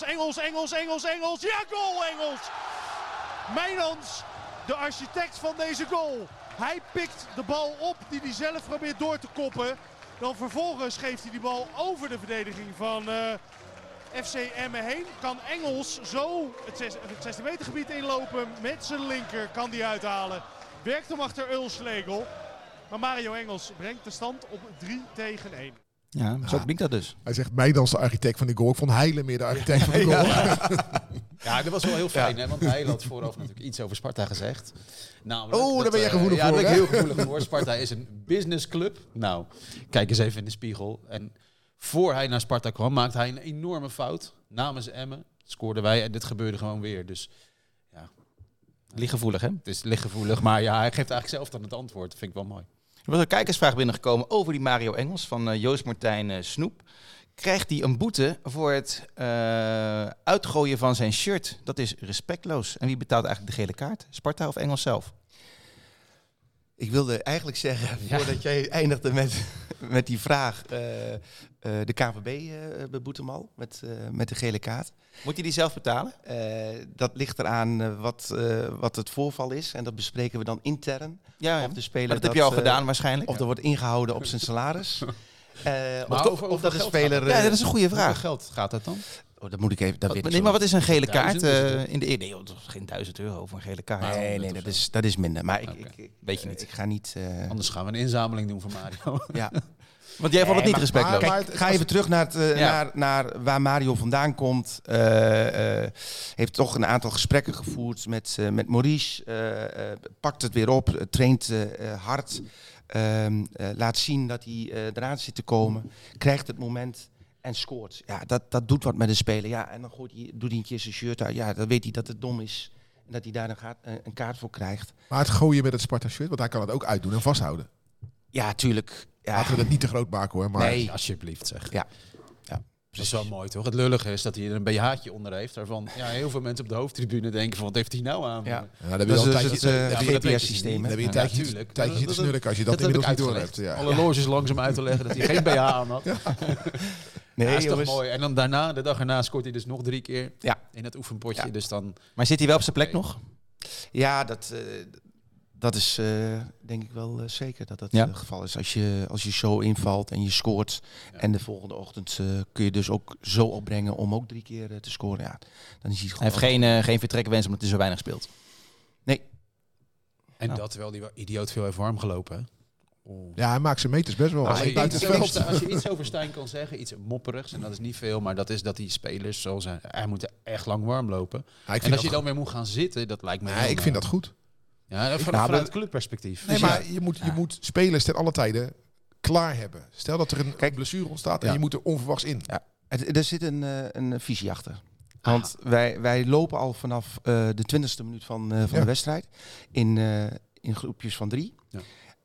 [SPEAKER 6] Ja, goal Engels! Mijnans, de architect van deze goal. Hij pikt de bal op die hij zelf probeert door te koppen. Dan vervolgens geeft hij die bal over de verdediging van FC Emmen heen. Kan Engels zo het 16 meter gebied inlopen. Met zijn linker kan die uithalen. Werkt hem achter Ulslegel. Maar Mario Engels brengt de stand op 3-1.
[SPEAKER 2] Ja, zo klinkt dat dus.
[SPEAKER 3] Hij zegt Meijndans de architect van die goal. Ik vond Heilen meer de architect van de goal.
[SPEAKER 4] Ja, dat was wel heel fijn, hè? Want hij had vooraf natuurlijk iets over Sparta gezegd.
[SPEAKER 3] Namelijk daar ben je gevoelig voor,
[SPEAKER 4] ja, daar ben ik
[SPEAKER 3] hè?
[SPEAKER 4] heel gevoelig voor. Sparta is een businessclub. Nou, kijk eens even in de spiegel. En voor hij naar Sparta kwam, maakte hij een enorme fout. Namens Emmen scoorden wij en dit gebeurde gewoon weer. Dus ja,
[SPEAKER 2] Lichtgevoelig, hè?
[SPEAKER 4] het is lichtgevoelig. Maar ja, hij geeft eigenlijk zelf dan het antwoord. Dat vind ik wel mooi.
[SPEAKER 2] Er was een kijkersvraag binnengekomen over die Mario Engels van Joost Martijn Snoep. Krijgt hij een boete voor het uitgooien van zijn shirt? Dat is respectloos. En wie betaalt eigenlijk de gele kaart? Sparta of Engels zelf?
[SPEAKER 5] Ik wilde eigenlijk zeggen, voordat jij eindigde met die vraag, de KNVB beboet hem al met de gele kaart.
[SPEAKER 2] Moet hij die zelf betalen?
[SPEAKER 5] Dat ligt eraan wat het voorval is en dat bespreken we dan intern.
[SPEAKER 2] Ja,
[SPEAKER 5] of de speler
[SPEAKER 2] maar dat heb je al gedaan waarschijnlijk.
[SPEAKER 5] Of er wordt ingehouden op zijn salaris.
[SPEAKER 4] Of
[SPEAKER 5] dat de speler...
[SPEAKER 2] Ja, dat is een goede
[SPEAKER 4] Hoeveel
[SPEAKER 2] vraag.
[SPEAKER 4] geld gaat dat dan?
[SPEAKER 5] Oh, dat moet ik even... Dat weet ik
[SPEAKER 2] Nee, maar wat is een gele
[SPEAKER 4] 1000
[SPEAKER 2] kaart in de eerste? Nee, dat is geen €1000 voor een gele kaart.
[SPEAKER 5] Nee, dat is minder. Maar
[SPEAKER 2] Weet je niet.
[SPEAKER 5] Ik ga niet...
[SPEAKER 4] Anders gaan we een inzameling doen voor Mario.
[SPEAKER 5] ja.
[SPEAKER 2] Want jij vond het niet respectloos.
[SPEAKER 5] Kijk, ga even terug naar waar Mario vandaan komt. Heeft toch een aantal gesprekken gevoerd met Maurice. Pakt het weer op, traint hard. Laat zien dat hij eraan zit te komen. Krijgt het moment en scoort. Ja, dat doet wat met een speler. Ja, en dan doet hij een keer zijn shirt uit. Ja, dan weet hij dat het dom is. En dat hij daar een kaart voor krijgt.
[SPEAKER 3] Maar het gooien met het Sparta-shirt, want hij kan het ook uitdoen en vasthouden.
[SPEAKER 5] Ja, tuurlijk. Ja.
[SPEAKER 3] Laten we dat niet te groot maken hoor. Maar
[SPEAKER 5] Nee.
[SPEAKER 4] Alsjeblieft zeg.
[SPEAKER 5] Ja.
[SPEAKER 4] Dat is wel mooi toch? Het lullige is dat hij er een BH'tje onder heeft. Waarvan heel veel mensen op de hoofdtribune denken van wat heeft hij nou aan?
[SPEAKER 5] Ja.
[SPEAKER 3] Ja, dan
[SPEAKER 5] Dat is
[SPEAKER 3] wil
[SPEAKER 5] dus
[SPEAKER 3] je
[SPEAKER 5] het
[SPEAKER 3] een tijdje
[SPEAKER 5] GPS-systeem.
[SPEAKER 3] dan heb je een
[SPEAKER 4] Ja,
[SPEAKER 3] tijdje
[SPEAKER 4] tuurlijk.
[SPEAKER 3] zitten snurken als je dat
[SPEAKER 4] Dat
[SPEAKER 3] inmiddels
[SPEAKER 4] heb
[SPEAKER 3] niet
[SPEAKER 4] ik
[SPEAKER 3] door hebt. Ja.
[SPEAKER 4] Alle loges langzaam uit te leggen dat hij geen BH aan had.
[SPEAKER 5] Nee,
[SPEAKER 4] dat is toch
[SPEAKER 5] jongens.
[SPEAKER 4] mooi. En dan daarna, de dag erna, scoort hij dus nog 3 keer
[SPEAKER 5] Ja.
[SPEAKER 4] in het oefenpotje.
[SPEAKER 5] Ja.
[SPEAKER 4] Dus dan...
[SPEAKER 2] Maar zit hij wel op zijn plek nog?
[SPEAKER 5] Ja, Dat is denk ik wel zeker dat dat
[SPEAKER 2] Ja.
[SPEAKER 5] het geval is. Als je zo invalt en je scoort en de volgende ochtend kun je dus ook zo opbrengen om ook 3 keer te scoren. Ja, dan is hij
[SPEAKER 2] Hij heeft geen vertrekkenwens omdat hij zo weinig speelt.
[SPEAKER 5] Nee.
[SPEAKER 4] En
[SPEAKER 2] Nou.
[SPEAKER 4] dat terwijl die idioot veel heeft warm gelopen. Hè?
[SPEAKER 3] Ja, hij maakt zijn meters best wel.
[SPEAKER 4] Als
[SPEAKER 3] Alleen
[SPEAKER 4] je,
[SPEAKER 3] buiten het veld.
[SPEAKER 4] als je iets over Stijn kan zeggen, iets mopperigs, en dat is niet veel, maar dat is dat die spelers zoals hij moet echt lang warm lopen.
[SPEAKER 3] Ja, ik
[SPEAKER 4] En
[SPEAKER 3] vind
[SPEAKER 4] als je
[SPEAKER 3] dat
[SPEAKER 4] dan weer moet gaan zitten, dat lijkt me
[SPEAKER 3] goed.
[SPEAKER 4] heel,
[SPEAKER 3] Ja, ik vind dat goed.
[SPEAKER 4] Ja, vanuit clubperspectief.
[SPEAKER 3] Nee,
[SPEAKER 4] Dus
[SPEAKER 3] maar je moet spelers ten alle tijden klaar hebben. Stel dat er een
[SPEAKER 5] Kijk,
[SPEAKER 3] blessure ontstaat en
[SPEAKER 5] ja.
[SPEAKER 3] je moet er onverwachts in.
[SPEAKER 5] Er zit een visie achter. Want wij lopen al vanaf de 20e minuut van de wedstrijd in groepjes van 3.
[SPEAKER 4] Ja.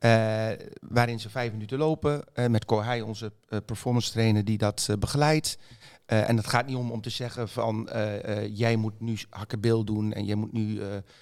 [SPEAKER 5] Waarin ze 5 minuten lopen. Met Cor Heij, onze performance trainer, die dat begeleidt. En het gaat niet om te zeggen van jij moet nu hakkenbil doen en jij moet nu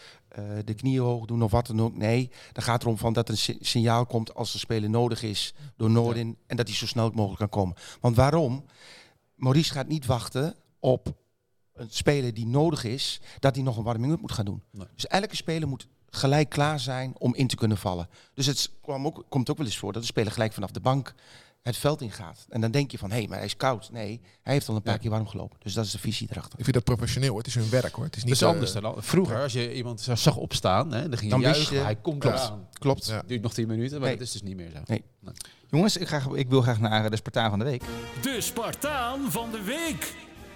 [SPEAKER 5] de knieën hoog doen of wat dan ook. Nee, dan gaat het erom van dat een signaal komt als de speler nodig is door Noordin en dat hij zo snel mogelijk kan komen. Want waarom? Maurice gaat niet wachten op een speler die nodig is, dat hij nog een warming-up moet gaan doen.
[SPEAKER 4] Nee.
[SPEAKER 5] Dus elke speler moet gelijk klaar zijn om in te kunnen vallen. Dus het komt ook wel eens voor dat de speler gelijk vanaf de bank het veld ingaat. En dan denk je van, hé, maar hij is koud. Nee, hij heeft al een paar keer warm gelopen. Dus dat is de visie erachter.
[SPEAKER 3] Ik vind dat professioneel. Hoor. Het is hun werk hoor. Het is
[SPEAKER 4] Dat
[SPEAKER 3] niet
[SPEAKER 4] is anders dan al. Vroeger, als je iemand zag opstaan, hè, dan ging je
[SPEAKER 5] Dan wist
[SPEAKER 4] juichen,
[SPEAKER 5] je-
[SPEAKER 4] hij komt
[SPEAKER 3] Klopt.
[SPEAKER 4] eraan.
[SPEAKER 5] Klopt.
[SPEAKER 3] Ja.
[SPEAKER 4] Duurt nog 10 minuten, maar
[SPEAKER 5] Nee.
[SPEAKER 4] dat is dus niet meer zo.
[SPEAKER 5] Nee.
[SPEAKER 2] Jongens, ik wil graag naar de Spartaan van de week.
[SPEAKER 1] De Spartaan van de week.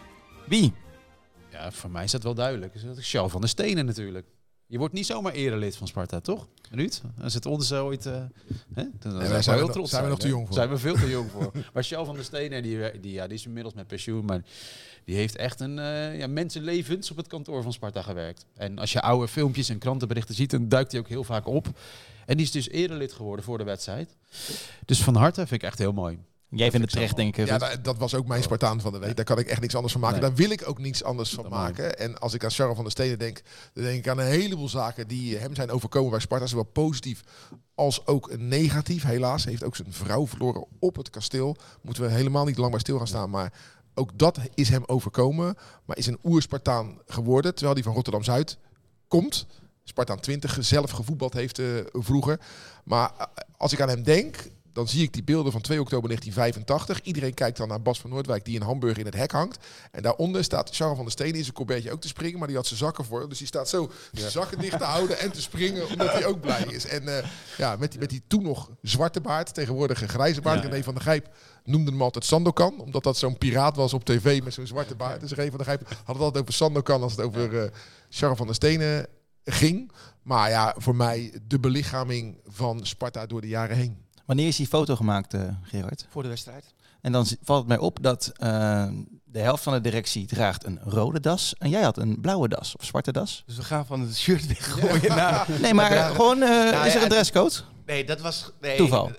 [SPEAKER 2] Wie?
[SPEAKER 4] Ja, voor mij is dat wel duidelijk. Dat is Charles van der Stenen natuurlijk. Je wordt niet zomaar erelid van Sparta, toch? Ruud? Als het ons ooit... Hè? Dan
[SPEAKER 3] wij
[SPEAKER 4] zijn
[SPEAKER 3] zijn
[SPEAKER 4] we heel
[SPEAKER 3] er-
[SPEAKER 4] trots.
[SPEAKER 3] zijn we nog
[SPEAKER 4] hè?
[SPEAKER 3] te jong voor.
[SPEAKER 4] Zijn we veel te jong voor. Maar Charles van der Stenen, die is inmiddels met pensioen, maar die heeft echt mensenlevens op het kantoor van Sparta gewerkt. En als je oude filmpjes en krantenberichten ziet, dan duikt hij ook heel vaak op. En die is dus erelid geworden voor de wedstrijd. Dus van harte vind ik echt heel mooi.
[SPEAKER 2] Jij vindt het terecht, denk ik.
[SPEAKER 3] Ja,
[SPEAKER 2] Ruud.
[SPEAKER 3] dat was ook mijn Spartaan van de week. Daar kan ik echt niks anders van maken.
[SPEAKER 4] Nee.
[SPEAKER 3] Daar wil ik ook niets anders van
[SPEAKER 4] Dat
[SPEAKER 3] maken. En als ik aan Charles van der Stenen denk, dan denk ik aan een heleboel zaken die hem zijn overkomen bij Sparta. Zowel positief als ook negatief. Helaas heeft ook zijn vrouw verloren op het kasteel. Moeten we helemaal niet lang bij stil gaan staan. Maar ook dat is hem overkomen. Maar is een oer-Spartaan geworden. Terwijl hij van Rotterdam-Zuid komt. Spartaan 20 zelf gevoetbald heeft vroeger. Maar als ik aan hem denk, dan zie ik die beelden van 2 oktober 1985. Iedereen kijkt dan naar Bas van Noordwijk die in Hamburg in het hek hangt. En daaronder staat Charles van der Stenen in zijn colbertje ook te springen. Maar die had zijn zakken voor. Dus die staat zo zijn zakken dicht te houden en te springen. Omdat hij ook blij is. En met die toen nog zwarte baard. Tegenwoordig een grijze baard. René van der Gijp noemde hem altijd Sandokan. Omdat dat zo'n piraat was op tv met zo'n zwarte baard. Dus René van der Gijp had het altijd over Sandokan als het over Charles van der Stenen ging. Maar ja, voor mij de belichaming van Sparta door de jaren heen.
[SPEAKER 2] Wanneer is die foto gemaakt, Gerard?
[SPEAKER 5] Voor de wedstrijd.
[SPEAKER 2] En dan valt het mij op dat de helft van de directie draagt een rode das. En jij had een blauwe das of zwarte das.
[SPEAKER 5] Dus we gaan van het shirt weggooien naar...
[SPEAKER 2] Nee, maar
[SPEAKER 5] dragen-
[SPEAKER 2] gewoon, is er
[SPEAKER 5] ja,
[SPEAKER 2] een dresscode?
[SPEAKER 5] Nee, dat was... Nee,
[SPEAKER 2] Toeval.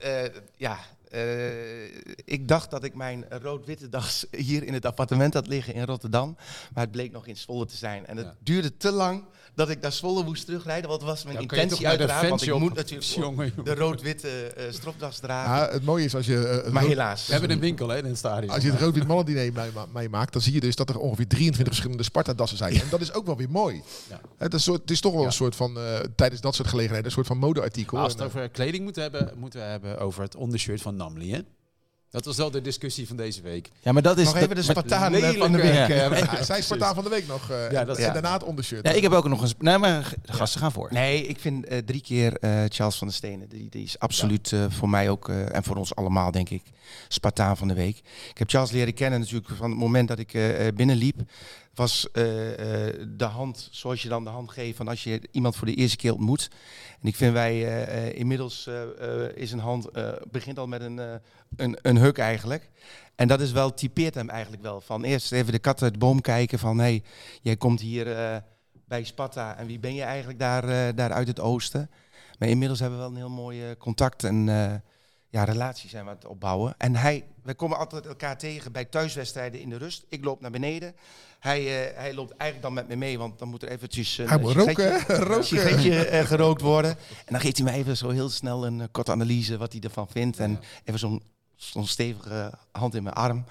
[SPEAKER 5] Ik dacht dat ik mijn rood-witte das hier in het appartement had liggen in Rotterdam. Maar het bleek nog in Zwolle te zijn. En het duurde te lang dat ik naar Zwolle moest terugrijden. Want dat was mijn
[SPEAKER 4] Dan kan je
[SPEAKER 5] intentie
[SPEAKER 4] toch naar de
[SPEAKER 5] uiteraard. Want ik
[SPEAKER 4] fanshop.
[SPEAKER 5] moet natuurlijk
[SPEAKER 4] Jongen.
[SPEAKER 5] de rood-witte stropdas dragen.
[SPEAKER 3] Ja, het mooie is als je
[SPEAKER 5] maar helaas.
[SPEAKER 4] We hebben een winkel hè, in het stadion.
[SPEAKER 3] als je het rood-wit mannendiner meemaakt, dan zie je dus dat er ongeveer 23 verschillende Sparta-dassen zijn. En dat is ook wel weer mooi.
[SPEAKER 4] Ja.
[SPEAKER 3] Het is toch wel een soort van, tijdens dat soort gelegenheden, een soort van modeartikel.
[SPEAKER 4] Maar als we
[SPEAKER 3] En,
[SPEAKER 4] het over kleding moeten we hebben over het ondershirt van Namli, hè? Dat was wel de discussie van deze week.
[SPEAKER 2] Ja, maar dat is...
[SPEAKER 5] Nog even de Spartaan van de
[SPEAKER 4] lelijke-
[SPEAKER 5] week.
[SPEAKER 2] Ja.
[SPEAKER 3] zij is Spartaan van de week nog.
[SPEAKER 4] Ja, dat is-
[SPEAKER 3] en daarna het ondershirt.
[SPEAKER 2] Ja, ik heb ook nog eens... Nee, maar de gasten gaan voor.
[SPEAKER 5] Nee, ik vind 3 keer Charles van der Stenen. Die is absoluut voor mij ook en voor ons allemaal, denk ik, Spartaan van de week. Ik heb Charles leren kennen natuurlijk van het moment dat ik binnenliep. Was de hand, zoals je dan de hand geeft van als je iemand voor de eerste keer ontmoet. En ik vind wij inmiddels is een hand, begint al met een huk eigenlijk. En dat is wel, typeert hem eigenlijk wel. Van eerst even de kat uit de boom kijken van hey, jij komt hier bij Sparta en wie ben je eigenlijk daar uit het oosten. Maar inmiddels hebben we wel een heel mooi contact en relatie zijn we aan het opbouwen. En we komen altijd elkaar tegen bij thuiswedstrijden in de rust. Ik loop naar beneden. Hij loopt eigenlijk dan met me mee, want dan moet er eventjes
[SPEAKER 3] Hij moet roken.
[SPEAKER 5] sigaretje gerookt worden. En dan geeft hij mij even zo heel snel een korte analyse wat hij ervan vindt. En even zo'n stevige hand in mijn arm.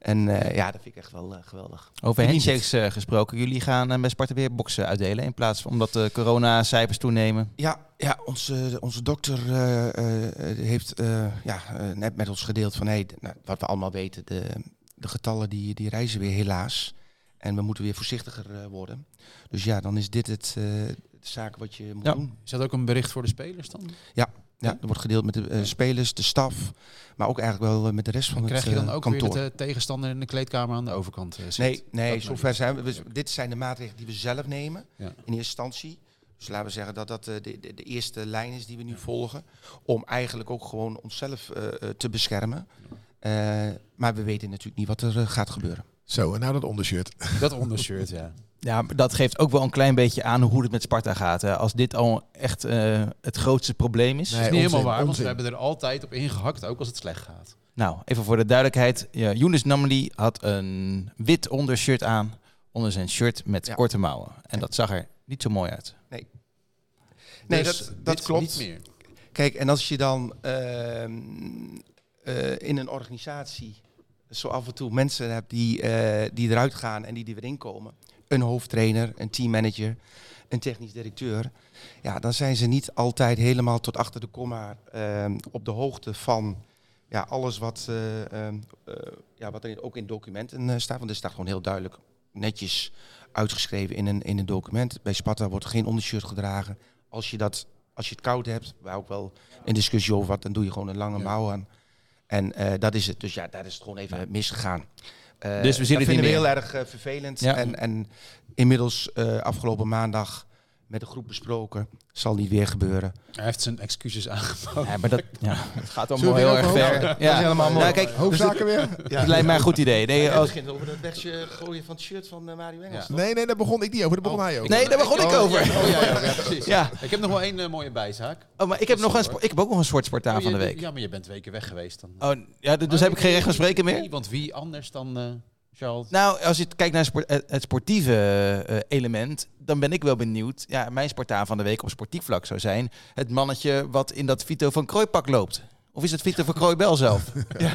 [SPEAKER 5] En dat vind ik echt wel geweldig.
[SPEAKER 2] Over handshakes gesproken. Jullie gaan bij Sparta weer boksen uitdelen in plaats van omdat de corona-cijfers toenemen.
[SPEAKER 5] Ja, onze dokter heeft net met ons gedeeld van wat we allemaal weten, de getallen die reizen weer helaas. En we moeten weer voorzichtiger worden. Dus ja, dan is dit de zaak wat je moet doen.
[SPEAKER 4] Is dat ook een bericht voor de spelers dan?
[SPEAKER 5] Ja, er wordt gedeeld met de spelers, de staf, maar ook eigenlijk wel met de rest van het kantoor.
[SPEAKER 4] Krijg je dan ook weer dat de tegenstander in de kleedkamer aan de overkant zit?
[SPEAKER 5] Nee, zover zijn we. Dit zijn de maatregelen die we zelf nemen in eerste instantie. Dus laten we zeggen dat dat de eerste lijn is die we nu volgen. Om eigenlijk ook gewoon onszelf te beschermen. Maar we weten natuurlijk niet wat er gaat gebeuren.
[SPEAKER 3] Zo, en nou dat ondershirt.
[SPEAKER 4] Dat ondershirt, ja.
[SPEAKER 2] Ja, maar dat geeft ook wel een klein beetje aan hoe het met Sparta gaat. Hè. Als dit al echt het grootste probleem is.
[SPEAKER 4] Dat is niet helemaal waar, want we hebben er altijd op ingehakt, ook als het slecht gaat.
[SPEAKER 2] Nou, even voor de duidelijkheid. Younes Namli had een wit ondershirt aan onder zijn shirt met korte mouwen. En dat zag er niet zo mooi uit.
[SPEAKER 5] Nee,
[SPEAKER 4] dus
[SPEAKER 5] dat klopt.
[SPEAKER 4] Niet meer.
[SPEAKER 5] Kijk, en als je dan in een organisatie zo af en toe mensen hebt die eruit gaan en die er weer inkomen. Een hoofdtrainer, een teammanager, een technisch directeur. Ja, dan zijn ze niet altijd helemaal tot achter de komma op de hoogte van alles wat er ook in documenten staat. Want er staat gewoon heel duidelijk netjes uitgeschreven in een document. Bij Sparta wordt geen ondershirt gedragen. Als je het koud hebt, waar ook wel een discussie over wat, dan doe je gewoon een lange mouw aan. En dat is het. Dus daar is het gewoon even misgegaan.
[SPEAKER 2] Dus we zien het
[SPEAKER 5] vinden
[SPEAKER 2] niet
[SPEAKER 5] we
[SPEAKER 2] meer.
[SPEAKER 5] heel erg vervelend.
[SPEAKER 2] Ja.
[SPEAKER 5] En inmiddels afgelopen maandag met de groep besproken. Zal niet weer gebeuren.
[SPEAKER 4] Hij heeft zijn excuses aangeboden.
[SPEAKER 2] Ja, maar het gaat allemaal
[SPEAKER 3] Zullen we
[SPEAKER 2] heel
[SPEAKER 3] weer
[SPEAKER 2] erg
[SPEAKER 3] over
[SPEAKER 2] ver.
[SPEAKER 5] Dat is helemaal mooi.
[SPEAKER 2] Nou, kijk,
[SPEAKER 3] Hoofdzaken weer?
[SPEAKER 2] het lijkt mij een goed idee. Nee,
[SPEAKER 5] Het
[SPEAKER 2] als...
[SPEAKER 5] begint over dat weggooien van het shirt van Mario Engels.
[SPEAKER 4] Ja.
[SPEAKER 3] Nee, daar begon ik niet over. Daar begon hij over.
[SPEAKER 2] Nee, daar begon ik over.
[SPEAKER 4] Precies.
[SPEAKER 2] Ja.
[SPEAKER 4] Ik heb nog wel één mooie bijzaak.
[SPEAKER 2] Oh, maar ik heb ook nog een soort Spartaan van de week.
[SPEAKER 4] Ja, maar je bent weken weg geweest dan.
[SPEAKER 2] Oh, ja, dus heb ik geen recht van spreken meer?
[SPEAKER 4] Nee, want wie anders dan Charles?
[SPEAKER 2] Nou, als je kijkt naar het sportieve element, dan ben ik wel benieuwd. Ja, mijn Spartaan van de week op sportief vlak zou zijn het mannetje wat in dat Vito van Krooi pak loopt. Of is het Vito van Krooi Bel zelf?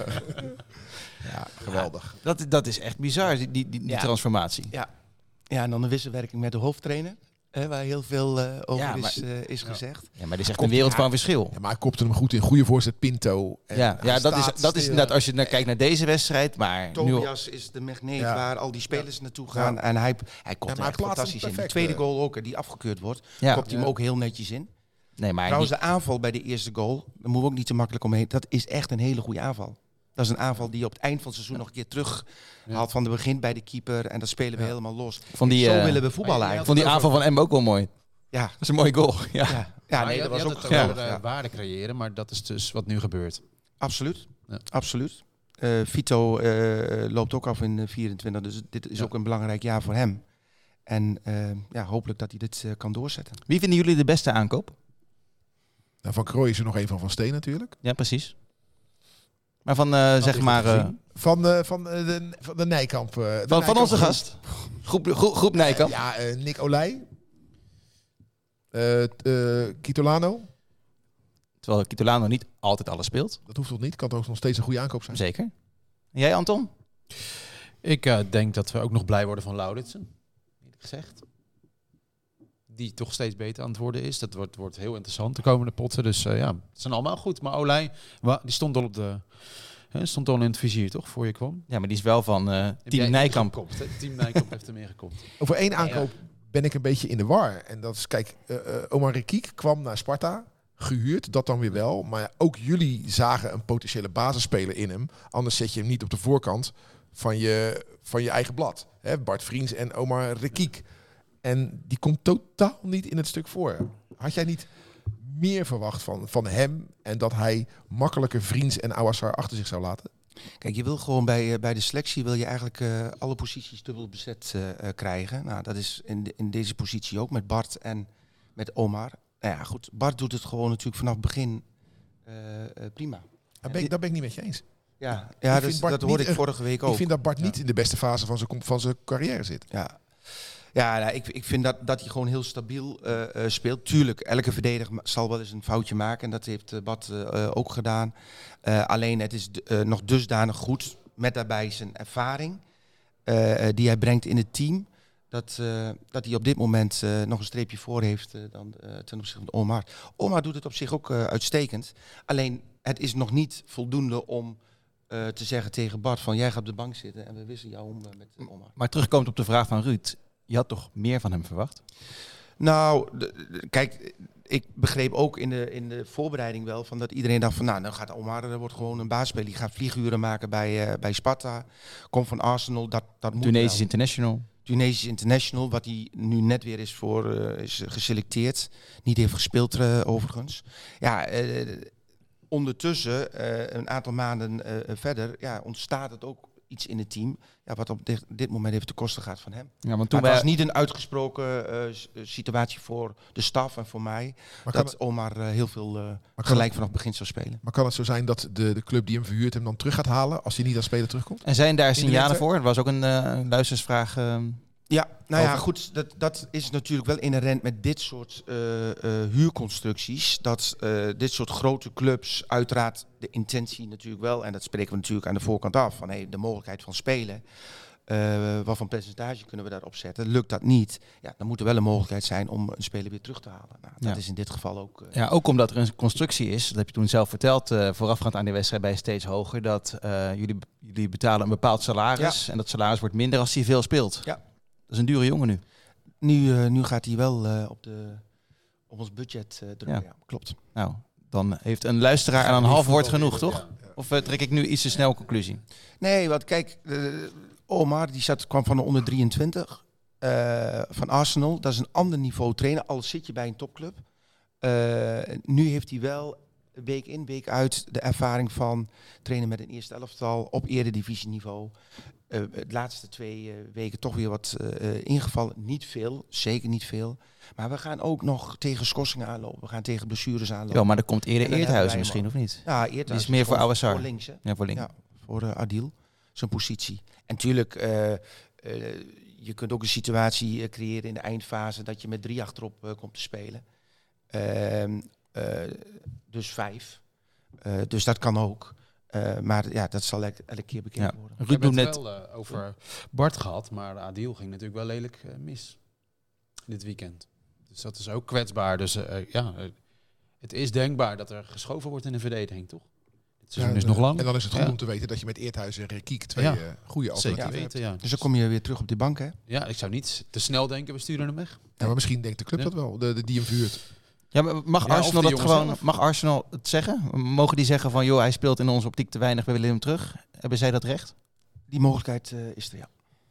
[SPEAKER 3] Ja, geweldig.
[SPEAKER 2] Dat is echt bizar, die transformatie.
[SPEAKER 5] Ja, en dan de wisselwerking met de hoofdtrainer. Waar heel veel over is gezegd.
[SPEAKER 2] Ja, maar dit is echt een wereld van verschil.
[SPEAKER 3] Ja, maar hij kopte hem goed in. Goede voorzet, Pinto. En
[SPEAKER 2] Dat is inderdaad als je kijkt naar deze wedstrijd. Maar
[SPEAKER 5] Tobias is de magneet waar al die spelers naartoe gaan. Ja. En hij kopt hem echt fantastisch in. De tweede goal ook, die afgekeurd wordt, kopt hij hem ook heel netjes in.
[SPEAKER 2] Nee, maar
[SPEAKER 5] trouwens, de aanval bij de eerste goal, daar moeten we ook niet te makkelijk omheen. Dat is echt een hele goede aanval. Dat is een aanval die je op het eind van het seizoen nog een keer terug haalt van de begin bij de keeper. En dat spelen we helemaal los. Zo willen we voetballen eigenlijk.
[SPEAKER 2] Vond die aanval van M ook wel mooi.
[SPEAKER 5] Ja.
[SPEAKER 2] Dat is een mooie goal.
[SPEAKER 5] Dat was ook geweldig.
[SPEAKER 4] Waarde creëren, maar dat is dus wat nu gebeurt.
[SPEAKER 5] Absoluut. Ja. Absoluut. Vito loopt ook af in 24, dus dit is ook een belangrijk jaar voor hem. En hopelijk dat hij dit kan doorzetten.
[SPEAKER 2] Wie vinden jullie de beste aankoop?
[SPEAKER 3] Nou, van Krooi is er nog een van Steen natuurlijk.
[SPEAKER 2] Ja, precies. Maar van zeg maar...
[SPEAKER 3] Van de Nijkamp.
[SPEAKER 2] Van onze gast. Groep Nijkamp.
[SPEAKER 3] Ja, Nick Olij. Kitolano.
[SPEAKER 2] Terwijl Kitolano niet altijd alles speelt.
[SPEAKER 3] Dat hoeft toch niet? Kan toch nog steeds een goede aankoop zijn?
[SPEAKER 2] Zeker. En jij, Anton?
[SPEAKER 4] Ik denk dat we ook nog blij worden van Lauritsen. Eerlijk gezegd. Die toch steeds beter aan het worden is. Dat wordt heel interessant de komende potten. Dus het zijn allemaal goed. Maar Olij, die stond al op de... stond al in het vizier, toch? Voor je kwam.
[SPEAKER 2] Ja, maar die is wel van Team Nijkamp.
[SPEAKER 4] Team Nijkamp heeft hem ingekopt.
[SPEAKER 3] Over één aankoop ben ik een beetje in de war. En dat is, kijk, Omar Rekiek kwam naar Sparta. Gehuurd, dat dan weer wel. Maar ook jullie zagen een potentiële basisspeler in hem. Anders zet je hem niet op de voorkant van je eigen blad. Bart Vriends en Omar Rekiek. En die komt totaal niet in het stuk voor. Had jij niet meer verwacht van hem en dat hij makkelijker Vriends en Awassar achter zich zou laten?
[SPEAKER 5] Kijk, je wil gewoon bij de selectie wil je eigenlijk alle posities dubbel bezet krijgen. Nou, dat is in deze positie ook met Bart en met Omar. Nou ja, goed. Bart doet het gewoon natuurlijk vanaf het begin prima.
[SPEAKER 3] Daar ben ik niet met je eens.
[SPEAKER 5] Ja, dat hoorde ik vorige week ook.
[SPEAKER 3] Ik vind dat Bart niet in de beste fase van zijn carrière zit.
[SPEAKER 5] Ja, ik vind dat hij gewoon heel stabiel speelt. Tuurlijk, elke verdediger zal wel eens een foutje maken. En dat heeft Bart ook gedaan. Alleen het is nog dusdanig goed met daarbij zijn ervaring die hij brengt in het team, dat hij op dit moment nog een streepje voor heeft dan ten opzichte van Omar. Omar doet het op zich ook uitstekend. Alleen het is nog niet voldoende om te zeggen tegen Bart van jij gaat op de bank zitten en we wisselen jou om met Omar.
[SPEAKER 2] Maar terugkomend op de vraag van Ruud, je had toch meer van hem verwacht?
[SPEAKER 5] Nou, kijk, ik begreep ook in de voorbereiding wel van dat iedereen dacht van nou, dan gaat Omar wordt gewoon een basisspeler. Die gaat vlieguren maken bij Sparta. Komt van Arsenal, dat moet
[SPEAKER 2] Tunesisch
[SPEAKER 5] wel.
[SPEAKER 2] International.
[SPEAKER 5] Tunesisch International, wat hij nu net weer is geselecteerd. Niet heeft gespeeld overigens. Ja, ondertussen, een aantal maanden verder, ontstaat het ook iets in het team. Ja, wat op dit moment even te kosten gaat van hem.
[SPEAKER 2] Ja, want toen
[SPEAKER 5] het was niet een uitgesproken situatie voor de staf en voor mij.
[SPEAKER 3] Maar
[SPEAKER 5] dat Omar heel veel gelijk vanaf het begin zou spelen.
[SPEAKER 3] Maar kan het zo zijn dat de club die hem verhuurt hem dan terug gaat halen als hij niet als speler terugkomt?
[SPEAKER 2] En zijn daar
[SPEAKER 3] in de
[SPEAKER 2] signalen
[SPEAKER 3] winter?
[SPEAKER 2] voor? Er was ook een luistersvraag.
[SPEAKER 5] Ja, nou ja,
[SPEAKER 2] Over-
[SPEAKER 5] goed, dat is natuurlijk wel inherent met dit soort huurconstructies. Dat dit soort grote clubs uiteraard de intentie natuurlijk wel, en dat spreken we natuurlijk aan de voorkant af, van de mogelijkheid van spelen. Wat voor percentage kunnen we daarop zetten? Lukt dat niet, ja, dan moet er wel een mogelijkheid zijn om een speler weer terug te halen. Nou, dat is in dit geval ook...
[SPEAKER 2] Ja, ook omdat er een constructie is, dat heb je toen zelf verteld, voorafgaand aan de wedstrijd bij Steeds Hoger, dat jullie betalen een bepaald salaris en dat salaris wordt minder als hij veel speelt.
[SPEAKER 5] Ja.
[SPEAKER 2] Dat is een dure jongen nu.
[SPEAKER 5] Nu gaat hij wel op ons budget drukken, ja, klopt.
[SPEAKER 2] Nou, dan heeft een luisteraar aan een half woord genoeg, toch? Of trek ik nu iets te snel een conclusie?
[SPEAKER 5] Nee, want kijk, Omar die kwam van de onder 23 van Arsenal. Dat is een ander niveau trainen, al zit je bij een topclub. Nu heeft hij wel week in, week uit de ervaring van trainen met een eerste elftal op eredivisieniveau. De laatste 2 weken toch weer wat ingevallen. Niet veel, zeker niet veel. Maar we gaan ook nog tegen schorsingen aanlopen. We gaan tegen blessures aanlopen.
[SPEAKER 2] Ja, maar er komt eerder
[SPEAKER 5] En dan hebben
[SPEAKER 2] Eerthuizen
[SPEAKER 5] wij
[SPEAKER 2] misschien,
[SPEAKER 5] hem
[SPEAKER 2] of niet?
[SPEAKER 5] Ja, Eerthuizen
[SPEAKER 2] Die is meer voor Ouassar.
[SPEAKER 5] Voor links, hè?
[SPEAKER 2] Ja, voor Link.
[SPEAKER 5] Ja, voor Adil, zijn positie. En natuurlijk, je kunt ook een situatie creëren in de eindfase dat je met 3 achterop komt te spelen. Dus 5. Dus dat kan ook. Maar ja, dat zal elke keer bekeken worden.
[SPEAKER 4] We
[SPEAKER 2] Ruud
[SPEAKER 4] hebben
[SPEAKER 2] doet
[SPEAKER 4] het
[SPEAKER 2] net...
[SPEAKER 4] wel over Bart gehad, maar Adil ging natuurlijk wel lelijk mis dit weekend. Dus dat is ook kwetsbaar. Dus het is denkbaar dat er geschoven wordt in de verdediging, toch? Het seizoen is nog lang.
[SPEAKER 3] En dan is het goed om te weten dat je met Eerthuizen en Rekiek 2 goede alternatieven
[SPEAKER 4] Zeker
[SPEAKER 3] hebt.
[SPEAKER 4] weten, ja.
[SPEAKER 5] Dus dan kom je weer terug op die bank, hè?
[SPEAKER 4] Ja, ik zou niet te snel denken, we sturen hem weg.
[SPEAKER 3] Ja, maar misschien denkt de club
[SPEAKER 4] Ja.
[SPEAKER 3] dat wel, die hem verhuurt.
[SPEAKER 2] Ja, maar mag
[SPEAKER 4] Ja,
[SPEAKER 2] Arsenal
[SPEAKER 4] of de
[SPEAKER 2] dat
[SPEAKER 4] jongens
[SPEAKER 2] gewoon?
[SPEAKER 4] zelf.
[SPEAKER 2] Mag Arsenal het zeggen? Mogen die zeggen van, joh, hij speelt in onze optiek te weinig, we willen hem terug? Hebben zij dat recht?
[SPEAKER 5] Die mogelijkheid is er, ja.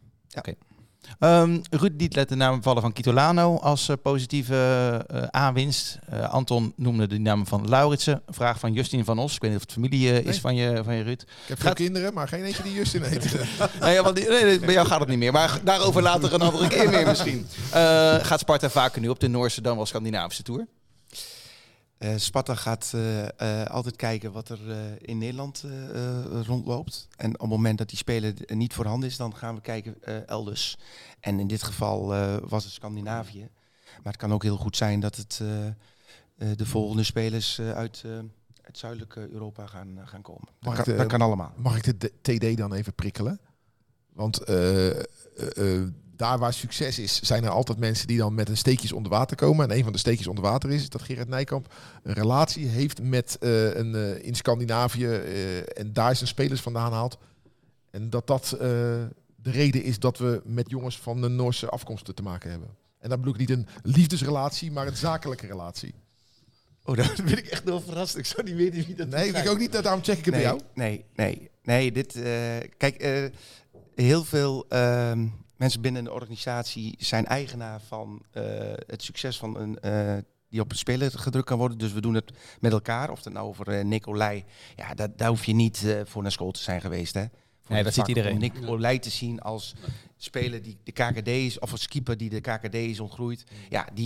[SPEAKER 2] Ruud liet de naam vallen van Kitolano als positieve aanwinst. Anton noemde de naam van Lauritsen. Een vraag van Justin van Os. Ik weet niet of het familie is van je Ruud.
[SPEAKER 3] Ik heb veel kinderen, maar geen eentje die Justin heet.
[SPEAKER 2] Nee, bij jou gaat het niet meer. Maar daarover later een andere keer meer misschien. Gaat Sparta vaker nu op de Noorse dan wel Scandinavische Tour?
[SPEAKER 5] Sparta gaat altijd kijken wat er in Nederland rondloopt. En op het moment dat die speler niet voorhanden is, dan gaan we kijken elders. En in dit geval was het Scandinavië. Maar het kan ook heel goed zijn dat het de volgende spelers uit zuidelijke Europa gaan komen. Dat kan allemaal.
[SPEAKER 3] Mag ik de TD dan even prikkelen? Want daar waar succes is, zijn er altijd mensen die dan met een steekjes onder water komen. En een van de steekjes onder water is dat Gerard Nijkamp een relatie heeft met in Scandinavië en daar zijn spelers vandaan haalt. En dat de reden is dat we met jongens van de Noorse afkomsten te maken hebben. En dan bedoel ik niet een liefdesrelatie, maar een zakelijke relatie.
[SPEAKER 5] Oh, daar ben ik echt wel verrast. Ik zou niet weten wie dat
[SPEAKER 3] Nee, ik ook niet. Daarom check ik het bij jou.
[SPEAKER 5] Nee, kijk, heel veel mensen binnen de organisatie zijn eigenaar van het succes van die op een speler gedrukt kan worden. Dus we doen het met elkaar. Of het nou over Nicolai. Ja, daar hoef je niet voor naar school te zijn geweest, hè.
[SPEAKER 2] Nee, dat ziet iedereen.
[SPEAKER 5] Om Nicolai te zien als speler die de KKD is, of als keeper die de KKD is ontgroeid. Ja, die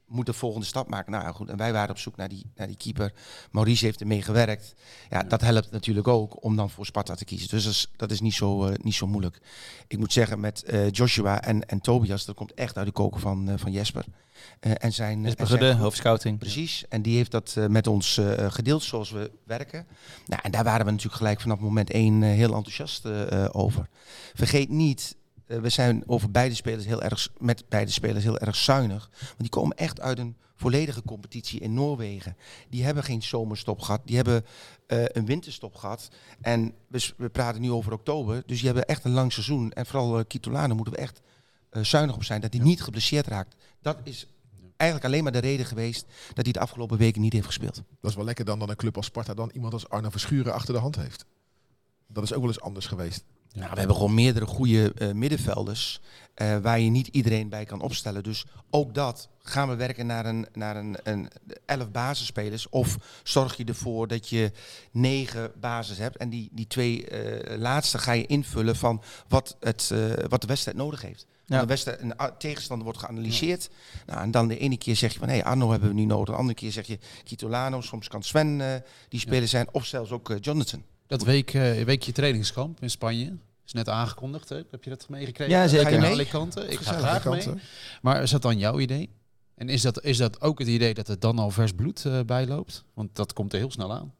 [SPEAKER 5] moet de volgende stap maken. Nou goed, en wij waren op zoek naar die keeper. Maurice heeft ermee gewerkt. Ja, dat helpt natuurlijk ook om dan voor Sparta te kiezen. Dus dat is niet zo moeilijk. Ik moet zeggen, met Joshua en Tobias, dat komt echt uit de koker van Jesper. En zijn
[SPEAKER 2] hoofdscouting.
[SPEAKER 5] Precies, en die heeft dat met ons gedeeld zoals we werken. Nou, en daar waren we natuurlijk gelijk vanaf moment 1 heel enthousiast over. Vergeet niet, we zijn met beide spelers heel erg zuinig. Want die komen echt uit een volledige competitie in Noorwegen. Die hebben geen zomerstop gehad, die hebben een winterstop gehad. En we praten nu over oktober, dus die hebben echt een lang seizoen. En vooral Kitolano moeten we echt zuinig op zijn dat hij niet geblesseerd raakt. Dat is eigenlijk alleen maar de reden geweest dat hij de afgelopen weken niet heeft gespeeld.
[SPEAKER 3] Dat is wel lekker dan een club als Sparta dan iemand als Arno Verschuren achter de hand heeft. Dat is ook wel eens anders geweest.
[SPEAKER 5] Nou, we hebben gewoon meerdere goede middenvelders waar je niet iedereen bij kan opstellen. Dus ook dat gaan we werken naar een 11 basisspelers. Of zorg je ervoor dat je 9 basis hebt. En die 2 laatste ga je invullen van wat de wedstrijd nodig heeft. Ja. De wedstrijd, een tegenstander wordt geanalyseerd. Nou, en dan de ene keer zeg je van Arno hebben we nu nodig. De andere keer zeg je Kitolano. Soms kan Sven die speler zijn. Of zelfs ook Jonathan.
[SPEAKER 4] Dat weekje trainingskamp in Spanje is net aangekondigd. Hè? Heb je dat meegekregen?
[SPEAKER 2] Ja, zeker.
[SPEAKER 4] Ga je naar Alicante? Ik ga graag mee. Maar is dat dan jouw idee? En is dat ook het idee dat er dan al vers bloed bijloopt? Want dat komt er heel snel aan.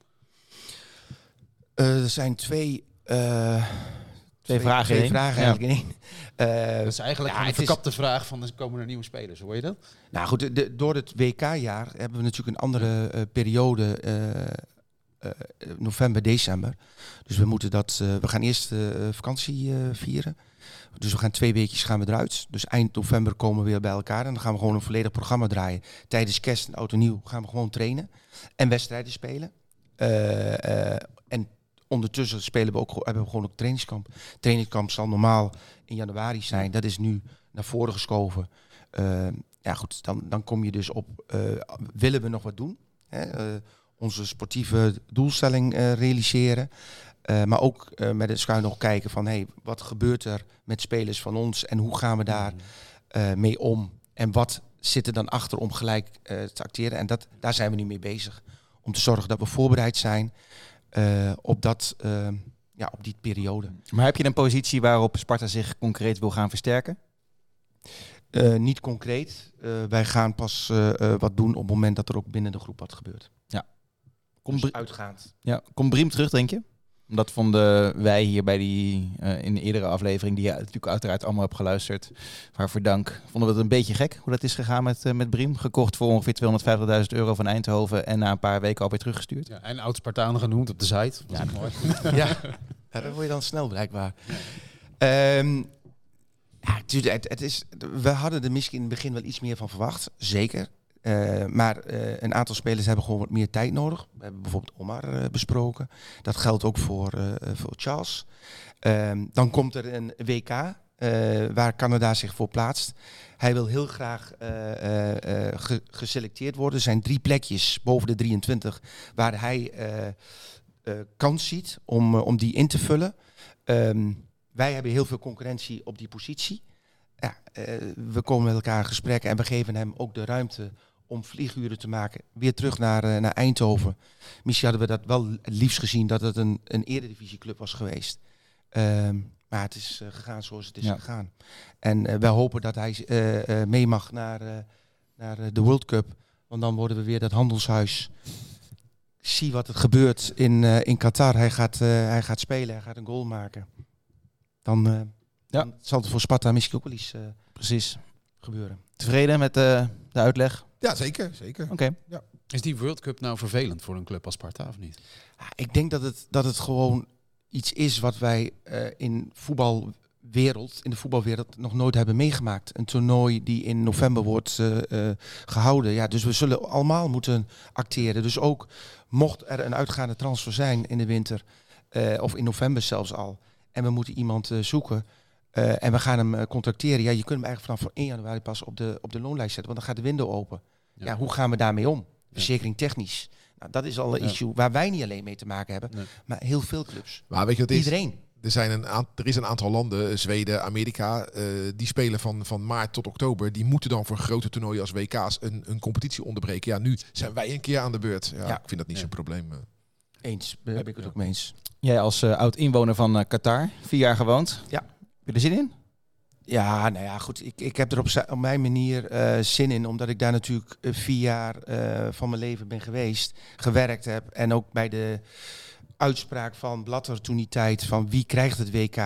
[SPEAKER 5] Er zijn twee vragen eigenlijk in één.
[SPEAKER 4] Dat is eigenlijk een verkapte vraag van komen er nieuwe spelers. Hoor je dat?
[SPEAKER 5] Nou goed, door het WK-jaar hebben we natuurlijk een andere periode... november, december. Dus we gaan eerst vakantie vieren. Dus we gaan 2 weekjes gaan we eruit. Dus eind november komen we weer bij elkaar. En dan gaan we gewoon een volledig programma draaien. Tijdens kerst en oud en nieuw gaan we gewoon trainen. En wedstrijden spelen. En ondertussen hebben we gewoon ook trainingskamp. Trainingskamp zal normaal in januari zijn. Dat is nu naar voren geschoven. Ja goed, dan kom je dus op... willen we nog wat doen? Onze sportieve doelstelling realiseren. Maar ook met het schuin nog kijken van... wat gebeurt er met spelers van ons en hoe gaan we daar mee om? En wat zit er dan achter om gelijk te acteren? En daar zijn we nu mee bezig. Om te zorgen dat we voorbereid zijn op die periode.
[SPEAKER 2] Maar heb je een positie waarop Sparta zich concreet wil gaan versterken?
[SPEAKER 5] Niet concreet. Wij gaan pas wat doen op het moment dat er ook binnen de groep wat gebeurt.
[SPEAKER 2] Ja.
[SPEAKER 5] Uitgaand.
[SPEAKER 2] Ja. Komt Briem terug, denk je? Dat vonden wij hier bij in de eerdere aflevering, die je natuurlijk uiteraard allemaal hebt geluisterd. Waarvoor dank. Vonden we het een beetje gek hoe dat is gegaan met Briem. Gekocht voor ongeveer €250 van Eindhoven en na een paar weken alweer teruggestuurd.
[SPEAKER 4] Ja, en oud-Spartaan genoemd op de site.
[SPEAKER 5] Ja, mooi. Ja, dat word je dan snel blijkbaar. Ja. We hadden er misschien in het begin wel iets meer van verwacht. Zeker. Maar een aantal spelers hebben gewoon wat meer tijd nodig. We hebben bijvoorbeeld Omar besproken. Dat geldt ook voor Charles. Dan komt er een WK waar Canada zich voor plaatst. Hij wil heel graag geselecteerd worden. Er zijn 3 plekjes boven de 23 waar hij kans ziet om die in te vullen. Wij hebben heel veel concurrentie op die positie. Ja, we komen met elkaar in gesprek en we geven hem ook de ruimte om vlieguren te maken. Weer terug naar Eindhoven. Misschien hadden we dat wel het liefst gezien dat het een eredivisieclub was geweest. Maar het is gegaan zoals het is gegaan. En wij hopen dat hij mee mag naar de World Cup. Want dan worden we weer dat handelshuis. Zie wat er gebeurt in Qatar. Hij gaat spelen, hij gaat een goal maken. Dan zal het voor Sparta misschien ook wel iets
[SPEAKER 2] precies
[SPEAKER 5] gebeuren.
[SPEAKER 2] Tevreden met de uitleg?
[SPEAKER 3] Ja, zeker.
[SPEAKER 2] Oké.
[SPEAKER 3] Ja.
[SPEAKER 4] Is die World Cup nou vervelend voor een club als Sparta of niet?
[SPEAKER 5] Ja, ik denk dat het gewoon iets is wat wij in de voetbalwereld nog nooit hebben meegemaakt. Een toernooi die in november wordt gehouden. Ja, dus we zullen allemaal moeten acteren. Dus ook mocht er een uitgaande transfer zijn in de winter, of in november zelfs al, en we moeten iemand zoeken en we gaan hem contracteren. Ja, je kunt hem eigenlijk vanaf 1 januari pas op de loonlijst zetten, want dan gaat de window open. Ja, hoe gaan we daarmee om? Verzekering technisch. Nou, dat is al een issue waar wij niet alleen mee te maken hebben, maar heel veel clubs.
[SPEAKER 3] Maar weet je wat
[SPEAKER 5] Iedereen.
[SPEAKER 3] Er is een aantal landen, Zweden, Amerika, die spelen van maart tot oktober. Die moeten dan voor grote toernooien als WK's een competitie onderbreken. Ja, nu zijn wij een keer aan de beurt. Ja. Ik vind dat niet zo'n probleem.
[SPEAKER 5] Eens, daar heb ik het ook mee eens.
[SPEAKER 2] Jij als oud-inwoner van Qatar, 4 jaar gewoond.
[SPEAKER 5] Ja.
[SPEAKER 2] Heb je er zin in?
[SPEAKER 5] Ja, nou ja, goed. Ik heb er op mijn manier zin in. Omdat ik daar natuurlijk 4 jaar van mijn leven ben geweest. Gewerkt heb. En ook bij de uitspraak van Blatter toen die tijd van wie krijgt het WK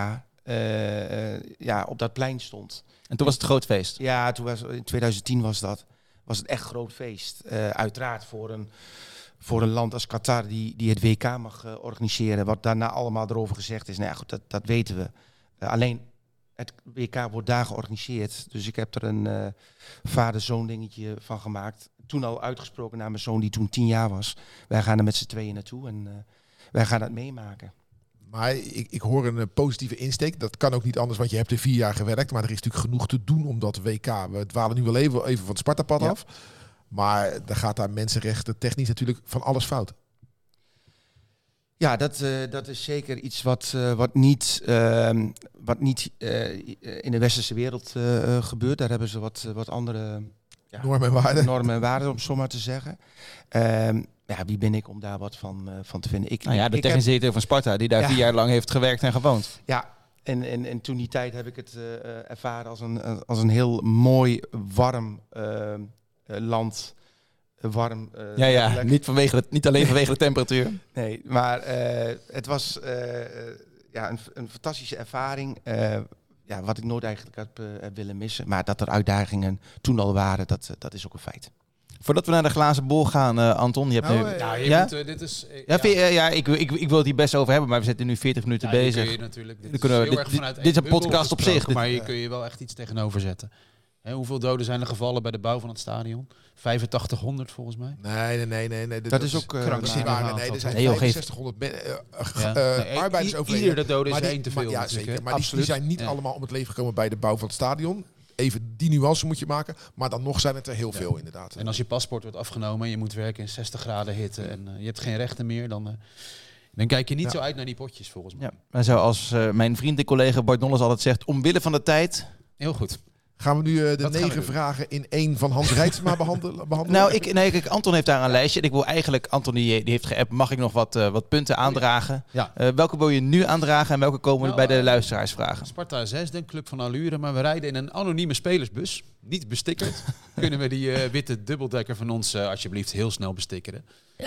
[SPEAKER 5] op dat plein stond.
[SPEAKER 2] En toen was het groot feest.
[SPEAKER 5] Ja, in 2010 was het echt groot feest. Uiteraard voor een land als Qatar die het WK mag organiseren. Wat daarna allemaal erover gezegd is. Nou ja, goed, dat weten we. Alleen het WK wordt daar georganiseerd. Dus ik heb er een vader-zoon dingetje van gemaakt. Toen al uitgesproken naar mijn zoon die toen 10 jaar was. Wij gaan er met z'n tweeën naartoe en wij gaan dat meemaken.
[SPEAKER 3] Maar ik hoor een positieve insteek. Dat kan ook niet anders, want je hebt er 4 jaar gewerkt. Maar er is natuurlijk genoeg te doen om dat WK. We dwalen nu wel even van het Spartapad af. Maar er gaat daar mensenrechten technisch natuurlijk van alles fout.
[SPEAKER 5] Ja, dat is zeker iets wat niet in de westerse wereld gebeurt. Daar hebben ze wat andere normen en waarden, om zo maar te zeggen. Wie ben ik om daar wat van te vinden?
[SPEAKER 2] De technische directeur van Sparta, die daar 4 jaar lang heeft gewerkt en gewoond.
[SPEAKER 5] Ja, en toen die tijd heb ik het ervaren als een heel mooi, warm land. Warm. Niet alleen vanwege de temperatuur. Nee, maar het was een fantastische ervaring. Wat ik nooit eigenlijk heb willen missen. Maar dat er uitdagingen toen al waren, dat is ook een feit.
[SPEAKER 2] Voordat we naar de glazen bol gaan, Anton. Je hebt
[SPEAKER 4] dit is...
[SPEAKER 2] Ik wil het hier best over hebben, maar we zitten nu 40 minuten bezig.
[SPEAKER 4] Kun je natuurlijk, dit is
[SPEAKER 2] een podcast op zich.
[SPEAKER 4] Maar hier kun je wel echt iets tegenover zetten. Hoeveel doden zijn er gevallen bij de bouw van het stadion? 8500 volgens mij.
[SPEAKER 3] Nee.
[SPEAKER 5] Dat is ook
[SPEAKER 3] krankzinnig. Nee, er zijn 6500 arbeiders overleden.
[SPEAKER 4] Iedere dode is 1 te veel.
[SPEAKER 3] Ja, zeker. Maar die zijn niet allemaal om het leven gekomen bij de bouw van het stadion. Even die nuance moet je maken. Maar dan nog zijn het er heel veel inderdaad.
[SPEAKER 4] En als je paspoort wordt afgenomen en je moet werken in 60 graden hitte en je hebt geen rechten meer, dan kijk je niet zo uit naar die potjes volgens mij.
[SPEAKER 2] Ja, maar zoals mijn vriend en collega Bart Nolles altijd zegt, omwille van de tijd.
[SPEAKER 4] Heel goed.
[SPEAKER 3] Gaan we nu de 9 vragen in 1 van Hans Reitsma behandelen?
[SPEAKER 2] Nou, Anton heeft daar een lijstje. En ik wil eigenlijk, Anton die heeft geappt, mag ik nog wat punten aandragen?
[SPEAKER 4] Ja.
[SPEAKER 2] Welke wil je nu aandragen en welke komen bij de luisteraars vragen?
[SPEAKER 4] Sparta 6, de club van allure, maar we rijden in een anonieme spelersbus. Niet bestickerd. Kunnen we die witte dubbeldekker van ons alsjeblieft heel snel bestickeren?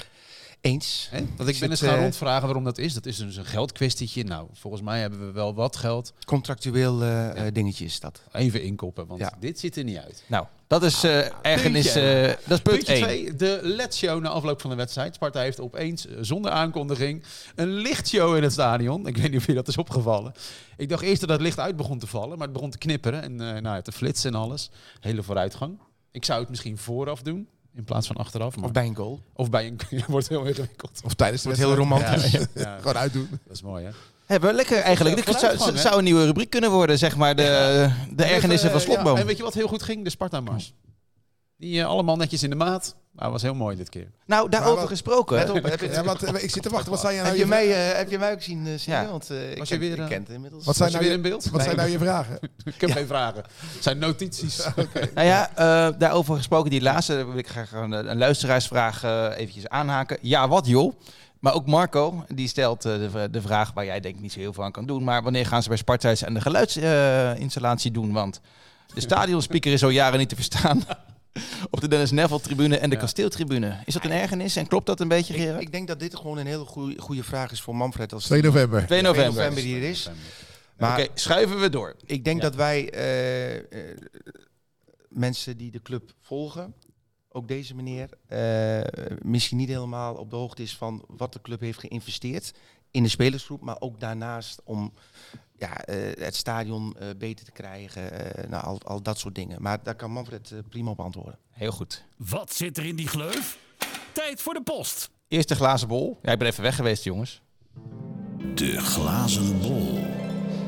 [SPEAKER 5] Eens.
[SPEAKER 4] Want ik ben eens gaan rondvragen waarom dat is. Dat is dus een geldkwestietje. Nou, volgens mij hebben we wel wat geld.
[SPEAKER 5] Contractueel dingetje is dat.
[SPEAKER 4] Even inkoppen, want dit ziet er niet uit.
[SPEAKER 2] Nou, dat is ergernis. Dat is punt 1.
[SPEAKER 4] 2, de LED-show na afloop van de wedstrijd. Sparta heeft opeens, zonder aankondiging, een lichtshow in het stadion. Ik weet niet of je dat is opgevallen. Ik dacht eerst dat het licht uit begon te vallen, maar het begon te knipperen en te flitsen en alles. Hele vooruitgang. Ik zou het misschien vooraf doen. In plaats van achteraf. Maar...
[SPEAKER 5] Of bij een goal.
[SPEAKER 4] Of bij een... wordt heel ingewikkeld.
[SPEAKER 3] Of tijdens de
[SPEAKER 5] wedstrijd. Heel romantisch.
[SPEAKER 3] Ja. Gewoon uitdoen.
[SPEAKER 4] Dat is mooi, hè?
[SPEAKER 2] Hebben we lekker eigenlijk. Dit zou een nieuwe rubriek kunnen worden, zeg maar. De ergernissen van Slotboom.
[SPEAKER 4] En weet je wat heel goed ging? De Sparta-mars. Die allemaal netjes in de maat. Nou, was heel mooi dit keer.
[SPEAKER 2] Nou, daarover gesproken.
[SPEAKER 3] Ik zit te wachten. Wat zijn
[SPEAKER 5] heb je mij ook zien? Ja. Want ik ken het inmiddels.
[SPEAKER 3] Wat zijn
[SPEAKER 4] nou weer in beeld?
[SPEAKER 3] Wat zijn nou je vragen?
[SPEAKER 4] Ik heb geen vragen. Het zijn notities.
[SPEAKER 3] Okay.
[SPEAKER 2] Nou ja, daarover gesproken, die laatste wil ik graag een luisteraarsvraag eventjes aanhaken. Ja, wat joh? Maar ook Marco, die stelt de vraag waar jij denk ik niet zo heel veel aan kan doen. Maar wanneer gaan ze bij Sparta aan de geluidsinstallatie doen? Want de stadionspeaker is al jaren niet te verstaan. Op de Dennis Neville-tribune en de Kasteeltribune. Is dat een ergernis en klopt dat een beetje, Gerard?
[SPEAKER 5] Ik denk dat dit gewoon een hele goede vraag is voor Manfred. Als
[SPEAKER 3] 2 november.
[SPEAKER 2] 2 november
[SPEAKER 5] hier is.
[SPEAKER 2] Oké, schuiven we door.
[SPEAKER 5] Ik denk dat wij mensen die de club volgen, ook deze meneer, misschien niet helemaal op de hoogte is van wat de club heeft geïnvesteerd in de spelersgroep, maar ook daarnaast om het stadion beter te krijgen, al dat soort dingen. Maar daar kan Manfred prima op antwoorden.
[SPEAKER 2] Heel goed.
[SPEAKER 1] Wat zit er in die gleuf? Tijd voor de post.
[SPEAKER 2] Eerste glazen bol. Ja, ik ben even weg geweest, jongens.
[SPEAKER 1] De glazen bol.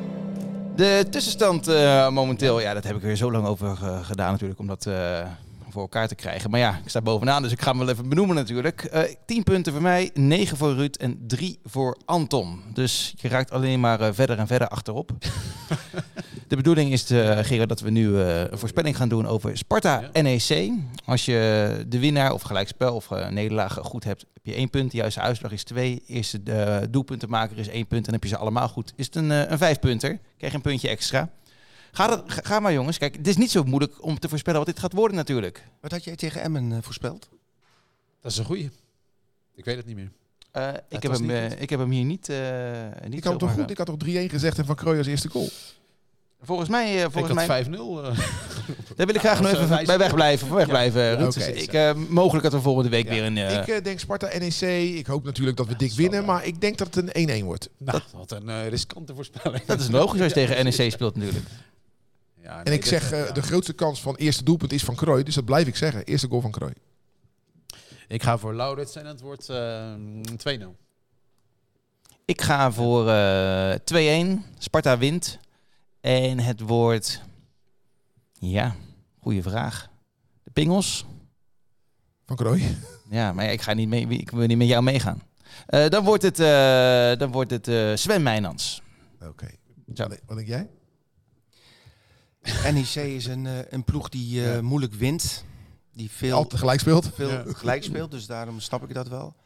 [SPEAKER 2] De tussenstand momenteel, dat heb ik er zo lang over gedaan natuurlijk, omdat voor elkaar te krijgen. Maar ja, ik sta bovenaan, dus ik ga hem wel even benoemen natuurlijk. 10 punten voor mij, 9 voor Ruud en 3 voor Anton. Dus je raakt alleen maar verder en verder achterop. De bedoeling is, Gerard, dat we nu een voorspelling gaan doen over Sparta-NEC. Als je de winnaar of gelijkspel of nederlaag goed hebt, heb je 1 punt. De juiste uitslag is 2. Eerste doelpuntenmaker is 1 punt. En heb je ze allemaal goed, is het een 5-punter. Krijg je een puntje extra. Ga maar jongens. Kijk, het is niet zo moeilijk om te voorspellen wat dit gaat worden natuurlijk.
[SPEAKER 5] Wat had jij tegen Emmen voorspeld?
[SPEAKER 4] Dat is een goeie. Ik weet het niet meer.
[SPEAKER 2] Ik heb hem hier niet
[SPEAKER 3] Ik had toch goed. Ik had toch 3-1 gezegd en Van Krooij als eerste goal.
[SPEAKER 2] Volgens mij...
[SPEAKER 4] Ik had 5-0.
[SPEAKER 2] Daar wil ik graag nog even bij wegblijven. Ruud.
[SPEAKER 3] Oké.
[SPEAKER 2] Dus mogelijk dat we volgende week weer een...
[SPEAKER 3] Ik denk Sparta-NEC. Ik hoop natuurlijk dat we dik winnen. Maar ik denk dat het een 1-1 wordt.
[SPEAKER 4] Nou, wat een riskante voorspelling.
[SPEAKER 2] Dat is logisch als je tegen NEC speelt natuurlijk.
[SPEAKER 4] Ja,
[SPEAKER 3] En ik zeg, de grootste kans van eerste doelpunt is Van Krooij. Dus dat blijf ik zeggen. Eerste goal van Krooij.
[SPEAKER 4] Ik ga voor Laurits en het wordt 2-0.
[SPEAKER 2] Ik ga voor 2-1. Sparta wint. En het wordt... Ja, goede vraag. De Pingels?
[SPEAKER 3] Van Krooij.
[SPEAKER 2] Ja, maar ik wil niet met jou meegaan. Dan wordt het Sven Meijnans.
[SPEAKER 3] Oké.
[SPEAKER 2] Zo.
[SPEAKER 3] Wat denk jij?
[SPEAKER 5] NEC is een ploeg die moeilijk wint. Die
[SPEAKER 3] Altijd gelijk speelt.
[SPEAKER 5] veel gelijk speelt, dus daarom snap ik dat wel.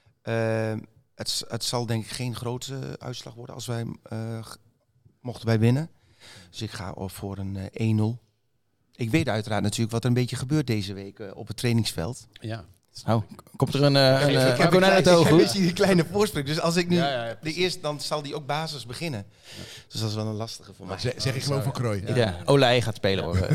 [SPEAKER 5] Het zal denk ik geen grote uitslag worden als wij mochten wij winnen. Dus ik ga voor een 1-0. Ik weet uiteraard natuurlijk wat er een beetje gebeurt deze week op het trainingsveld.
[SPEAKER 4] Ja.
[SPEAKER 2] Oh, komt er een konijn uit de ogen?
[SPEAKER 5] Ik heb een beetje die kleine voorsprong. Dus als ik nu
[SPEAKER 4] de
[SPEAKER 5] eerste, dan zal die ook basis beginnen. Dus dat is wel een lastige voor mij.
[SPEAKER 3] Zeg ik gewoon Van Krooij.
[SPEAKER 2] Ja, Olij gaat spelen hoor.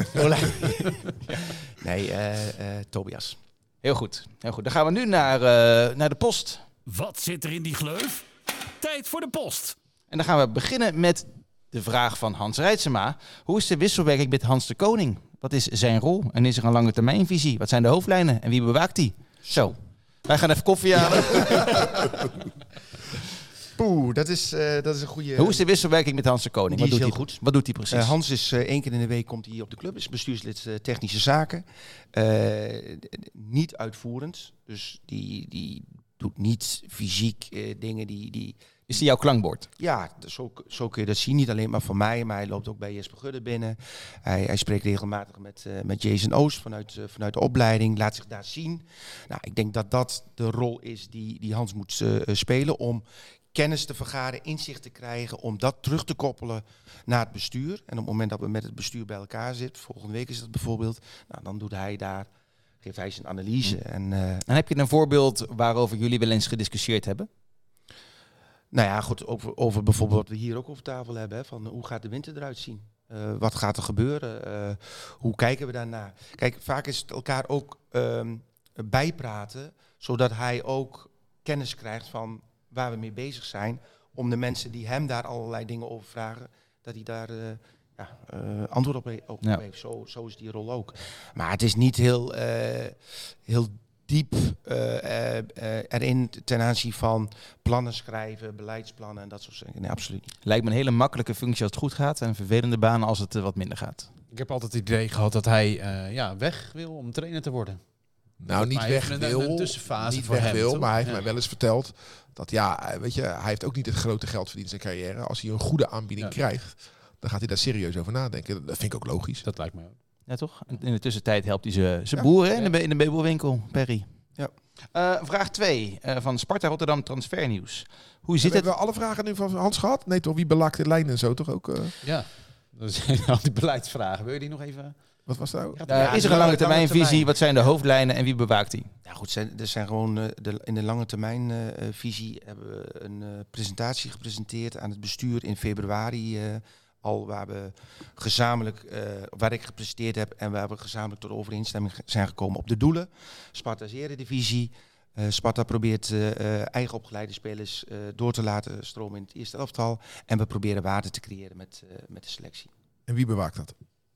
[SPEAKER 5] Nee, Tobias.
[SPEAKER 2] Heel goed. Dan gaan we nu naar de post.
[SPEAKER 1] Wat zit er in die gleuf? Tijd voor de post.
[SPEAKER 2] En dan gaan we beginnen met de vraag van Hans Reitsema. Hoe is de wisselwerking met Hans de Koning? Wat is zijn rol? En is er een lange termijnvisie? Wat zijn de hoofdlijnen? En wie bewaakt die? Zo, wij gaan even koffie halen.
[SPEAKER 5] Poeh, dat is een goede...
[SPEAKER 2] Hoe is de wisselwerking met Hans de Koning?
[SPEAKER 5] Die is heel goed.
[SPEAKER 2] Wat doet hij precies?
[SPEAKER 5] Hans is 1 keer in de week komt hij op de club. Is bestuurslid technische zaken. Niet uitvoerend. Dus die doet niet fysiek dingen die...
[SPEAKER 2] Is hij jouw klankbord?
[SPEAKER 5] Ja, zo kun je dat zien. Niet alleen maar van mij, maar hij loopt ook bij Jesper Gudde binnen. Hij spreekt regelmatig met Jason Oost vanuit de opleiding. Laat zich daar zien. Nou, ik denk dat dat de rol is die Hans moet spelen om kennis te vergaren, inzicht te krijgen, om dat terug te koppelen naar het bestuur. En op het moment dat we met het bestuur bij elkaar zitten, volgende week is dat bijvoorbeeld, nou, dan geeft hij zijn analyse. En
[SPEAKER 2] heb je een voorbeeld waarover jullie wel eens gediscussieerd hebben?
[SPEAKER 5] Nou ja, goed, over bijvoorbeeld wat we hier ook over tafel hebben, hè, van hoe gaat de winter eruit zien? Wat gaat er gebeuren? Hoe kijken we daarnaar? Kijk, vaak is het elkaar ook bijpraten, zodat hij ook kennis krijgt van waar we mee bezig zijn, om de mensen die hem daar allerlei dingen over vragen, dat hij daar antwoord op heeft. Zo is die rol ook. Maar het is niet heel diep erin ten aanzien van plannen schrijven, beleidsplannen en dat soort dingen. Nee, absoluut niet.
[SPEAKER 2] Lijkt me een hele makkelijke functie als het goed gaat en een vervelende baan als het wat minder gaat.
[SPEAKER 4] Ik heb altijd het idee gehad dat hij weg wil om trainer te worden.
[SPEAKER 3] Nou, niet weg wil,
[SPEAKER 4] een tussenfase
[SPEAKER 3] niet
[SPEAKER 4] voor
[SPEAKER 3] weg
[SPEAKER 4] hem,
[SPEAKER 3] wil,
[SPEAKER 4] toch?
[SPEAKER 3] maar hij heeft mij wel eens verteld dat weet je, hij heeft ook niet het grote geld verdiend in zijn carrière. Als hij een goede aanbieding krijgt, dan gaat hij daar serieus over nadenken. Dat vind ik ook logisch.
[SPEAKER 4] Dat lijkt me ook.
[SPEAKER 2] Ja, toch? In de tussentijd helpt hij zijn boeren in de meubelwinkel, Perry.
[SPEAKER 5] Ja.
[SPEAKER 2] Vraag 2 van Sparta Rotterdam Transfernieuws. Hoe zit het?
[SPEAKER 3] Hebben we alle vragen nu van Hans gehad? Nee toch? Wie belaakt de lijn en zo toch ook?
[SPEAKER 4] Ja, dat zijn al die beleidsvragen. Wil je die nog even...
[SPEAKER 3] Wat was dat?
[SPEAKER 2] Is er een lange termijnvisie? Wat zijn de hoofdlijnen en wie bewaakt die?
[SPEAKER 5] Ja goed, er zijn gewoon in de lange termijn visie hebben we een presentatie gepresenteerd aan het bestuur in februari waar we gezamenlijk, waar ik gepresenteerd heb en waar we gezamenlijk tot overeenstemming zijn gekomen op de doelen. Sparta's eredivisie. Sparta probeert eigen opgeleide spelers door te laten stromen in het eerste elftal. En we proberen waarde te creëren met de selectie.
[SPEAKER 3] En wie bewaakt dat?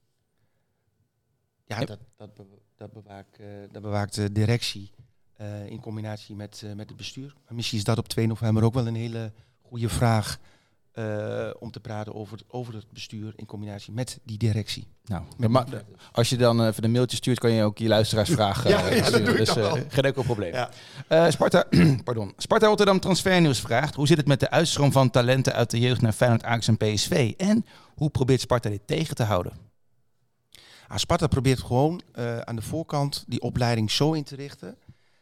[SPEAKER 5] Ja, dat bewaakt de directie in combinatie met het bestuur. Maar misschien is dat op 2 november ook wel een hele goede vraag om te praten over het bestuur in combinatie met die directie.
[SPEAKER 2] Nou, als je dan even een mailtje stuurt, kan je ook je luisteraars vragen.
[SPEAKER 3] dat doe ik dan wel.
[SPEAKER 2] Geen enkel probleem.
[SPEAKER 5] Ja.
[SPEAKER 2] Sparta Rotterdam Transfernieuws vraagt: hoe zit het met de uitstroom van talenten uit de jeugd naar Feyenoord, Ajax en PSV? En hoe probeert Sparta dit tegen te houden?
[SPEAKER 5] Sparta probeert gewoon aan de voorkant die opleiding zo in te richten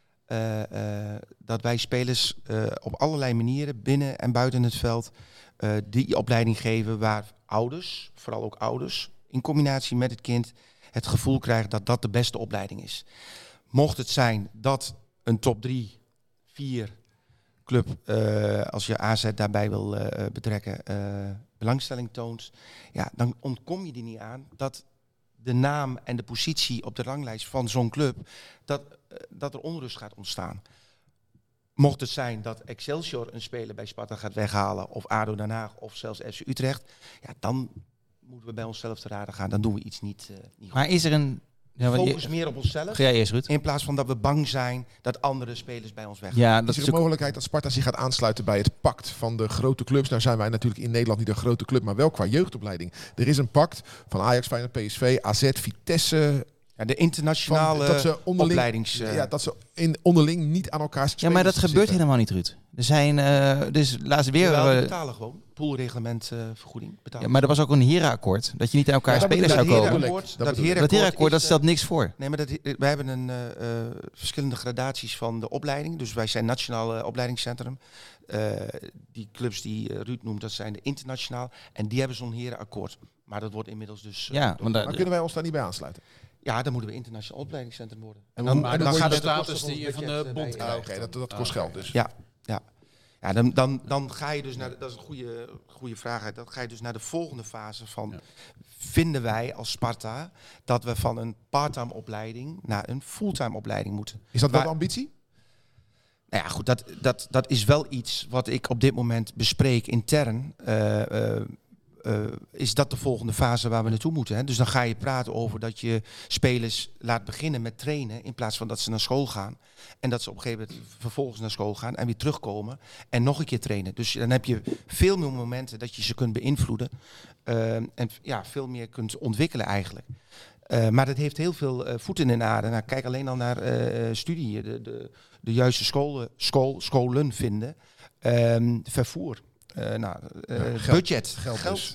[SPEAKER 5] dat wij spelers op allerlei manieren binnen en buiten het veld die opleiding geven waar ouders, vooral ook ouders, in combinatie met het kind het gevoel krijgen dat dat de beste opleiding is. Mocht het zijn dat een top 3, 4 club, als je AZ daarbij wil betrekken, belangstelling toont, dan ontkom je er niet aan dat de naam en de positie op de ranglijst van zo'n club, dat er onrust gaat ontstaan. Mocht het zijn dat Excelsior een speler bij Sparta gaat weghalen, of ADO Den Haag, of zelfs FC Utrecht, dan moeten we bij onszelf te raden gaan. Dan doen we iets niet goed.
[SPEAKER 2] Maar is er een...
[SPEAKER 5] Focus meer op onszelf,
[SPEAKER 2] Ga jij eerst, Ruud?
[SPEAKER 5] in plaats van dat we bang zijn dat andere spelers bij ons weggaan.
[SPEAKER 2] Ja, dat
[SPEAKER 3] Is er een mogelijkheid dat Sparta zich gaat aansluiten bij het pact van de grote clubs? Nou zijn wij natuurlijk in Nederland niet een grote club, maar wel qua jeugdopleiding. Er is een pact van Ajax, Feyenoord, PSV, AZ, Vitesse.
[SPEAKER 5] De internationale
[SPEAKER 3] Dat ze
[SPEAKER 5] opleidings...
[SPEAKER 3] dat ze onderling niet aan elkaar
[SPEAKER 2] Ja, maar dat gebeurt helemaal niet, Ruud. Er zijn dus laatst weer...
[SPEAKER 5] we betalen gewoon. Poolreglement vergoeding.
[SPEAKER 2] Ja, maar er was ook een herenakkoord. Dat je niet aan elkaar spelers zou komen. Dat herenakkoord, dat stelt niks voor.
[SPEAKER 5] Nee, maar wij hebben verschillende gradaties van de opleiding. Dus wij zijn nationaal opleidingscentrum. Die clubs die Ruud noemt, dat zijn de internationaal. En die hebben zo'n herenakkoord. Maar dat wordt inmiddels dus...
[SPEAKER 3] maar kunnen wij ons daar niet bij aansluiten?
[SPEAKER 5] Ja, dan moeten we internationaal opleidingscentrum worden.
[SPEAKER 4] En dan gaat de
[SPEAKER 5] het
[SPEAKER 4] status die je van de bond krijgt.
[SPEAKER 3] Oké, dat kost geld dus.
[SPEAKER 5] Ja, dan ga je dus naar... Dat is een goede vraag. Dan ga je dus naar de volgende fase van... Vinden wij als Sparta dat we van een part-time opleiding naar een fulltime opleiding moeten?
[SPEAKER 3] Is dat wel de ambitie?
[SPEAKER 5] Nou ja, goed, dat is wel iets wat ik op dit moment bespreek intern. Is dat de volgende fase waar we naartoe moeten? Hè? Dus dan ga je praten over dat je spelers laat beginnen met trainen in plaats van dat ze naar school gaan. En dat ze op een gegeven moment vervolgens naar school gaan en weer terugkomen en nog een keer trainen. Dus dan heb je veel meer momenten dat je ze kunt beïnvloeden en veel meer kunt ontwikkelen eigenlijk. Maar dat heeft heel veel voeten in de aarde. Nou, kijk alleen al naar studie, de juiste scholen vinden, vervoer. Budget.
[SPEAKER 3] Geld. Dus.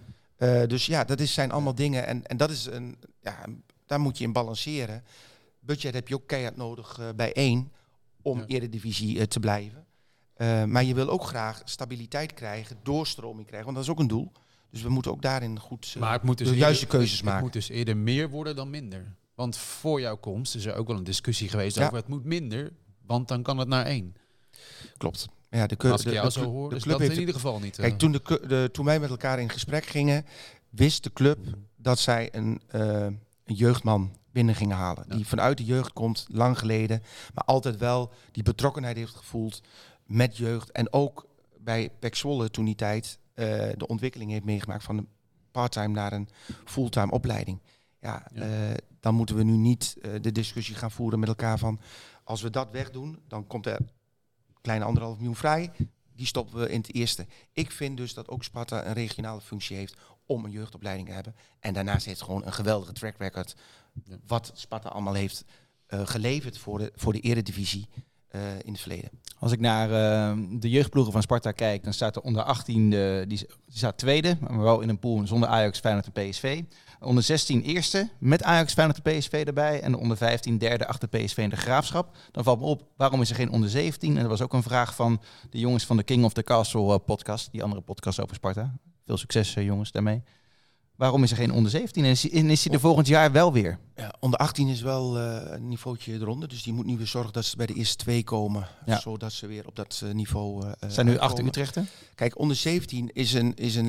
[SPEAKER 5] Dus zijn allemaal dingen. En dat is daar moet je in balanceren. Budget heb je ook keihard nodig bij 1 om Eredivisie te blijven. Maar je wil ook graag stabiliteit krijgen, doorstroming krijgen. Want dat is ook een doel. Dus we moeten ook daarin goed de juiste keuzes maken.
[SPEAKER 4] Het moet dus eerder meer worden dan minder. Want voor jouw komst is er ook wel een discussie geweest over het moet minder. Want dan kan het naar 1.
[SPEAKER 5] Klopt. Ja,
[SPEAKER 4] als ik jou zo hoor, is dat in ieder geval niet.
[SPEAKER 5] Kijk, toen wij met elkaar in gesprek gingen, wist de club dat zij een jeugdman binnen gingen halen. Ja. Die vanuit de jeugd komt, lang geleden, maar altijd wel die betrokkenheid heeft gevoeld met jeugd. En ook bij PEC Zwolle toen die tijd de ontwikkeling heeft meegemaakt van een parttime naar een fulltime opleiding. Dan moeten we nu niet de discussie gaan voeren met elkaar van als we dat wegdoen, dan komt er kleine 1,5 miljoen vrij. Die stoppen we in het eerste. Ik vind dus dat ook Sparta een regionale functie heeft om een jeugdopleiding te hebben. En daarnaast heeft gewoon een geweldige track record. Wat Sparta allemaal heeft geleverd voor de Eredivisie in het verleden.
[SPEAKER 2] Als ik naar de jeugdploegen van Sparta kijk, dan staat de onder 18, die staat tweede, maar wel in een pool zonder Ajax, Feyenoord en PSV. Onder 16 eerste, met Ajax, Feyenoord en PSV erbij. En de onder 15 derde achter PSV in de Graafschap. Dan valt me op, waarom is er geen onder 17? En dat was ook een vraag van de jongens van de King of the Castle podcast. Die andere podcast over Sparta. Veel succes jongens daarmee. Waarom is er geen onder 17? En is hij er volgend jaar wel weer?
[SPEAKER 5] Ja, onder 18 is wel een niveautje eronder. Dus die moet nu weer zorgen dat ze bij de eerste 2 komen. Ja. Zodat ze weer op dat niveau
[SPEAKER 2] zijn nu 8 Utrechten?
[SPEAKER 5] Kijk, onder 17 is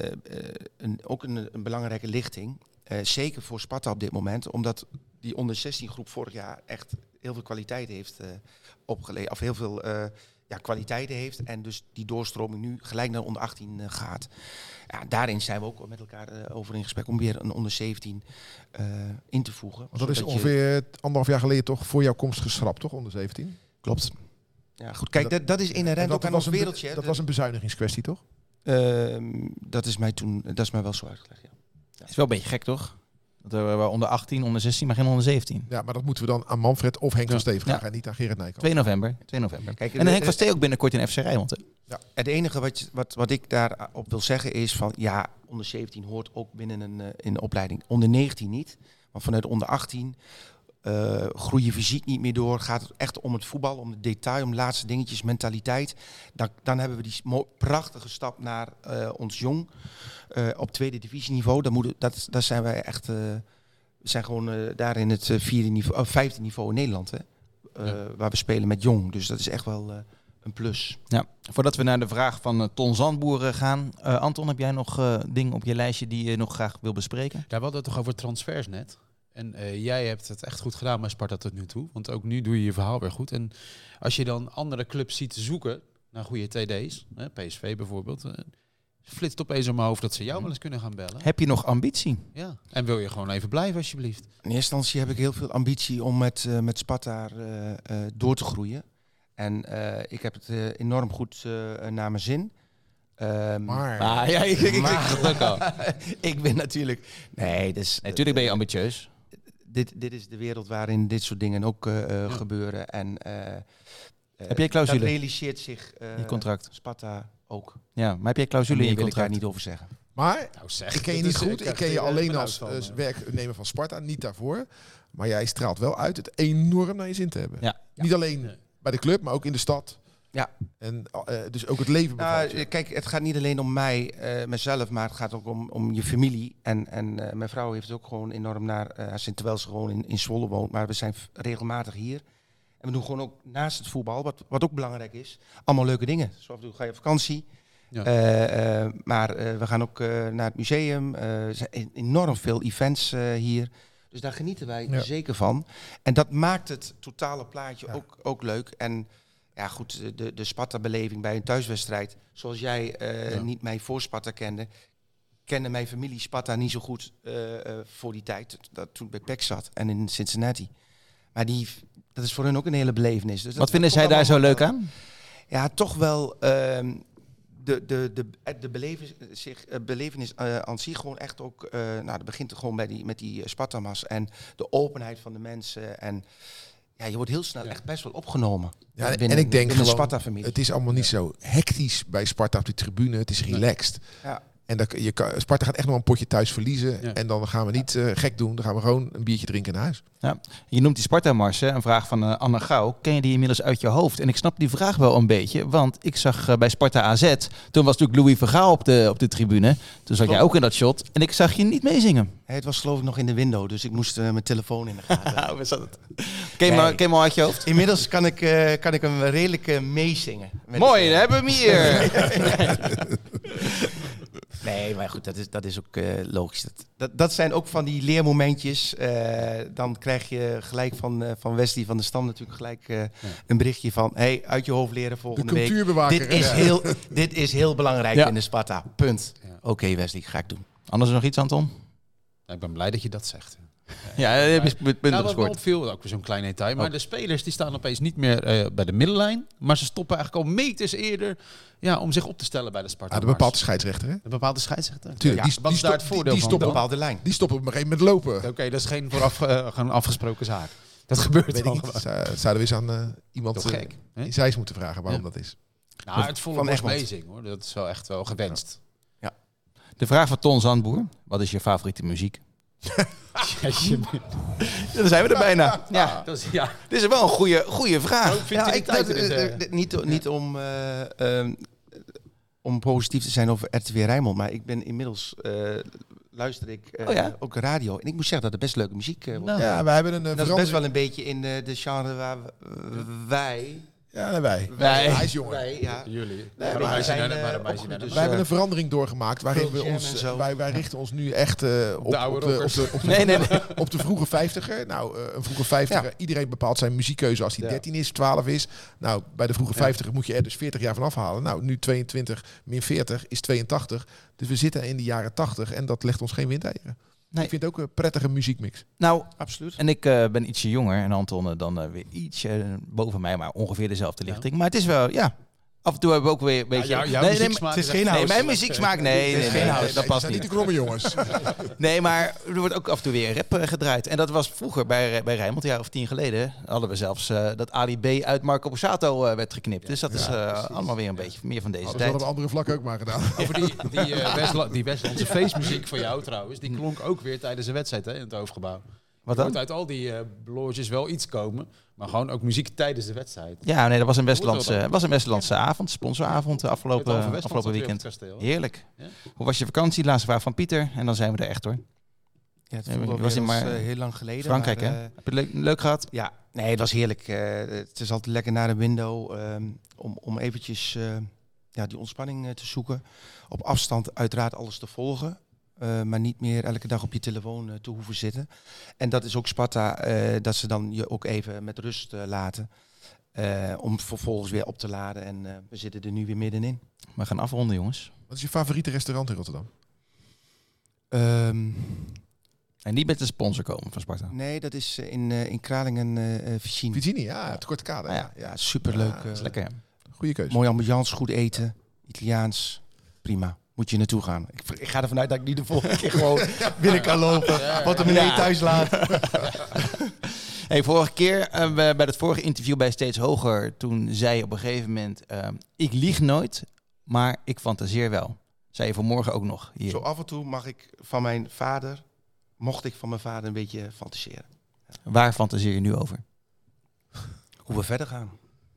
[SPEAKER 5] ook een belangrijke lichting. Zeker voor Sparta op dit moment. Omdat die onder 16 groep vorig jaar echt heel veel kwaliteit heeft opgeleverd. Of heel veel kwaliteiten heeft. En dus die doorstroming nu gelijk naar onder 18 gaat. Ja, daarin zijn we ook met elkaar over in gesprek om weer een onder 17 in te voegen.
[SPEAKER 3] Want dat is ongeveer 1,5 jaar geleden toch voor jouw komst geschrapt, toch? Onder 17?
[SPEAKER 5] Klopt. Ja, goed. Kijk, dat is inherent ook aan ons wereldje.
[SPEAKER 3] Dat was een bezuinigingskwestie, toch?
[SPEAKER 5] Dat is mij wel zo uitgelegd, ja.
[SPEAKER 2] Het is wel een beetje gek, toch? Dat we onder 18, onder 16, maar geen onder 17.
[SPEAKER 3] Ja, maar dat moeten we dan aan Manfred of Henk van Stee vragen en niet aan Gerard Nijkamp.
[SPEAKER 2] 2 november.
[SPEAKER 5] Kijk,
[SPEAKER 2] En Henk van Stee ook binnenkort in FC Rijnmond. Hè?
[SPEAKER 3] Ja.
[SPEAKER 5] Het enige wat ik daarop wil zeggen is van... Ja, onder 17 hoort ook binnen een opleiding. Onder 19 niet. Maar vanuit onder 18 groei je fysiek niet meer door. Gaat het echt om het voetbal, om het detail, om de laatste dingetjes, mentaliteit. Dan hebben we die prachtige stap naar ons jong. Op tweede divisieniveau. Daar zijn wij echt... we zijn gewoon daar in het vijfde niveau in Nederland. Hè? Waar we spelen met jong. Dus dat is echt wel een plus.
[SPEAKER 2] Ja. Voordat we naar de vraag van Ton Zandboer gaan. Anton, heb jij nog dingen op je lijstje die je nog graag wil bespreken?
[SPEAKER 4] Ja, we hadden het toch over transfers net. En jij hebt het echt goed gedaan bij Sparta tot nu toe. Want ook nu doe je je verhaal weer goed. En als je dan andere clubs ziet zoeken naar goede TD's, PSV bijvoorbeeld, flitst opeens op mijn hoofd dat ze jou wel eens kunnen gaan bellen.
[SPEAKER 2] Heb je nog ambitie?
[SPEAKER 4] Ja. En wil je gewoon even blijven alsjeblieft?
[SPEAKER 5] In eerste instantie heb ik heel veel ambitie om met Sparta door te groeien. En ik heb het enorm goed naar mijn zin.
[SPEAKER 3] Maar
[SPEAKER 5] Ik ben natuurlijk... Nee, dus...
[SPEAKER 2] Natuurlijk ben je ambitieus.
[SPEAKER 5] Dit is de wereld waarin dit soort dingen ook gebeuren. En
[SPEAKER 2] Heb jij clausule?
[SPEAKER 5] dat realiseert zich
[SPEAKER 2] je contract.
[SPEAKER 5] Sparta ook.
[SPEAKER 2] Ja, maar heb jij clausule in je
[SPEAKER 5] Daar wil ik daar
[SPEAKER 2] contract?
[SPEAKER 5] niet over zeggen.
[SPEAKER 3] Maar
[SPEAKER 4] Nou zeg,
[SPEAKER 3] ik ken je niet goed. Ik ken je alleen als werknemer van Sparta, niet daarvoor. Maar jij straalt wel uit het enorm naar je zin te hebben.
[SPEAKER 2] Ja.
[SPEAKER 3] Niet alleen bij de club, maar ook in de stad.
[SPEAKER 5] Ja.
[SPEAKER 3] En dus ook het leven bevalt je.
[SPEAKER 5] Kijk, het gaat niet alleen om mezelf, maar het gaat ook om je familie. En mijn vrouw heeft ook gewoon enorm naar terwijl ze gewoon in Zwolle woont. Maar we zijn regelmatig hier. En we doen gewoon ook naast het voetbal, wat ook belangrijk is, allemaal leuke dingen. Zo af en toe ga je op vakantie. Ja. Maar we gaan ook naar het museum. Er zijn enorm veel events hier. Dus daar genieten wij zeker van. En dat maakt het totale plaatje ook leuk. En ja, goed, de Sparta-beleving bij een thuiswedstrijd. Zoals jij niet mij voor Sparta kende mijn familie Sparta niet zo goed voor die tijd. Toen ik bij PEC zat en in Cincinnati. Maar dat is voor hun ook een hele belevenis. Dus
[SPEAKER 2] wat vinden zij daar zo leuk aan?
[SPEAKER 5] Ja, toch wel de belevenis aan zich gewoon echt ook... dat begint gewoon met die Sparta-mas en de openheid van de mensen. En ja, je wordt heel snel echt best wel opgenomen.
[SPEAKER 3] Ja, en ik denk
[SPEAKER 5] gewoon,
[SPEAKER 3] Sparta-familie. Het is allemaal niet zo hectisch bij Sparta op die tribune. Het is relaxed. Ja. En Sparta gaat echt nog een potje thuis verliezen. Ja. En dan gaan we niet gek doen. Dan gaan we gewoon een biertje drinken naar huis.
[SPEAKER 2] Ja. Je noemt die Sparta-mars, een vraag van Anne Gouw. Ken je die inmiddels uit je hoofd? En ik snap die vraag wel een beetje. Want ik zag bij Sparta AZ, toen was natuurlijk Louis Vergaal op de tribune. Toen zat jij ook in dat shot. En ik zag je niet meezingen.
[SPEAKER 5] Hey, het was geloof ik nog in de window. Dus ik moest mijn telefoon in de gaten.
[SPEAKER 2] Hoe zat het? Ken je hem al uit je hoofd?
[SPEAKER 5] Inmiddels kan ik hem redelijk meezingen.
[SPEAKER 2] Mooi, dan hebben we hem hier.
[SPEAKER 5] Nee, maar goed, dat is ook logisch. Dat zijn ook van die leermomentjes. Dan krijg je gelijk van Wesley van der Stam natuurlijk gelijk een berichtje van... Hey, uit je hoofd leren volgende week. Dit is heel belangrijk in de Sparta. Punt. Ja. Oké, Wesley, ga ik doen.
[SPEAKER 2] Anders nog iets, Anton?
[SPEAKER 4] Ik ben blij dat je dat zegt.
[SPEAKER 2] Ja, heb je punten
[SPEAKER 4] wat
[SPEAKER 2] gescoord.
[SPEAKER 4] opviel, ook weer zo'n klein detail. Maar de spelers die staan opeens niet meer bij de middenlijn. Maar ze stoppen eigenlijk al meters eerder om zich op te stellen bij de Sparta.
[SPEAKER 3] De bepaalde scheidsrechter, hè?
[SPEAKER 4] De bepaalde scheidsrechter?
[SPEAKER 3] Tuurlijk,
[SPEAKER 4] wat is daar het voordeel van?
[SPEAKER 3] Stoppen
[SPEAKER 5] een bepaalde lijn.
[SPEAKER 3] Die stoppen op een gegeven moment lopen.
[SPEAKER 4] Oké, dat is geen vooraf afgesproken zaak. Dat gebeurt
[SPEAKER 3] weet ik niet. Zouden we eens aan iemand in Zeist moeten vragen waarom dat is.
[SPEAKER 4] Nou, het volle was amazing, hoor. Dat is wel echt wel gewenst.
[SPEAKER 2] Ja. De vraag van Ton Zandboer. Wat is je favoriete muziek? Dan zijn we er bijna. Ja. Dit is wel een goede vraag.
[SPEAKER 5] Niet om positief te zijn over RTW Rijnmond, maar ik ben inmiddels luister ik ook radio. En ik moet zeggen dat het best leuke muziek wordt.
[SPEAKER 3] Ja, wij hebben een
[SPEAKER 5] dat is best wel een beetje in de genre waar wij...
[SPEAKER 3] Ja, wij. Hij is jonger.
[SPEAKER 4] Jullie.
[SPEAKER 3] Wij hebben een verandering doorgemaakt waarin wij richten ons nu echt op de vroege 50er. Nou, een vroege 50er, iedereen bepaalt zijn muziekkeuze als hij 13 is, 12 is. Nou, bij de vroege 50er moet je er dus 40 jaar van afhalen. Nou, nu 22 min 40 is 82. Dus we zitten in de jaren 80 en dat legt ons geen windeieren. Nee. Ik vind het ook een prettige muziekmix.
[SPEAKER 2] Nou, absoluut. En ik ben ietsje jonger en Anton dan weer ietsje boven mij, maar ongeveer dezelfde lichting. Maar het is wel, Af en toe hebben we ook weer een beetje...
[SPEAKER 4] jouw muzieksmaak
[SPEAKER 5] het is geen
[SPEAKER 2] Nee,
[SPEAKER 5] house.
[SPEAKER 2] mijn muzieksmaak, nee, dat past
[SPEAKER 3] zijn niet
[SPEAKER 2] niet.
[SPEAKER 3] de kromme jongens.
[SPEAKER 2] Nee, maar er wordt ook af en toe weer rap gedraaid. En dat was vroeger bij Rijnmond, een jaar of 10 geleden. Hadden we zelfs dat Ali B uit Marco Borsato werd geknipt. Dus dat is allemaal weer een beetje meer van deze
[SPEAKER 3] Hadden ze
[SPEAKER 2] tijd.
[SPEAKER 3] wel op andere vlakken ook maar gedaan.
[SPEAKER 4] Over die Westlandse feestmuziek van jou trouwens, die klonk ook weer tijdens een wedstrijd in het Hoofdgebouw.
[SPEAKER 2] Wat
[SPEAKER 4] Er moet
[SPEAKER 2] dan?
[SPEAKER 4] uit al die loges wel iets komen, maar gewoon ook muziek tijdens de wedstrijd.
[SPEAKER 2] Ja, nee, dat was een Westlandse avond, sponsoravond afgelopen weekend. Heerlijk.
[SPEAKER 4] Ja?
[SPEAKER 2] Hoe was je vakantie? Laatste vraag van Pieter. En dan zijn we er echt hoor.
[SPEAKER 5] Ja, het
[SPEAKER 2] Ja,
[SPEAKER 5] voetbal
[SPEAKER 2] was in
[SPEAKER 5] was
[SPEAKER 2] maar
[SPEAKER 5] heel lang geleden.
[SPEAKER 2] Frankrijk,
[SPEAKER 5] maar,
[SPEAKER 2] hè? Heb je het leuk gehad?
[SPEAKER 5] Ja, nee, het was heerlijk. Het is altijd lekker naar de window om eventjes die ontspanning te zoeken. Op afstand uiteraard alles te volgen. Maar niet meer elke dag op je telefoon te hoeven zitten. En dat is ook Sparta, dat ze dan je ook even met rust laten. Om vervolgens weer op te laden. En we zitten er nu weer middenin.
[SPEAKER 2] We gaan afronden, jongens.
[SPEAKER 3] Wat is je favoriete restaurant in Rotterdam?
[SPEAKER 2] En niet met de sponsor komen van Sparta.
[SPEAKER 5] Nee, dat is in Kralingen Vicini.
[SPEAKER 3] Vicini, ja, het korte kade.
[SPEAKER 2] Ah, ja.
[SPEAKER 5] Ja, superleuk.
[SPEAKER 2] Dat is lekker, hè?
[SPEAKER 3] Goeie keuze.
[SPEAKER 5] Mooie ambiance, goed eten. Italiaans, prima. Moet je naartoe gaan. Ik ga ervan uit dat ik niet de volgende keer gewoon binnen kan lopen. Wat de meneer thuis laat.
[SPEAKER 2] Hey, vorige keer, bij het vorige interview bij Steeds Hoger, toen zei je op een gegeven moment, ik lieg nooit, maar ik fantaseer wel. Zei je vanmorgen ook nog hier.
[SPEAKER 5] Zo af en toe mocht ik van mijn vader een beetje fantaseren.
[SPEAKER 2] Waar fantaseer je nu over?
[SPEAKER 5] Hoe we verder gaan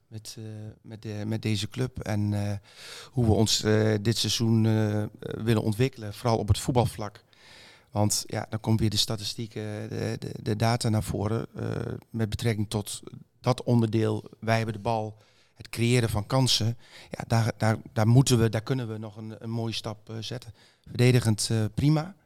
[SPEAKER 5] met deze club. En hoe we ons dit seizoen willen ontwikkelen. Vooral op het voetbalvlak. Want ja, dan komt weer de statistieken, de data naar voren. Met betrekking tot dat onderdeel. Wij hebben de bal. Het creëren van kansen. Ja, daar kunnen we nog een mooie stap zetten. Verdedigend prima.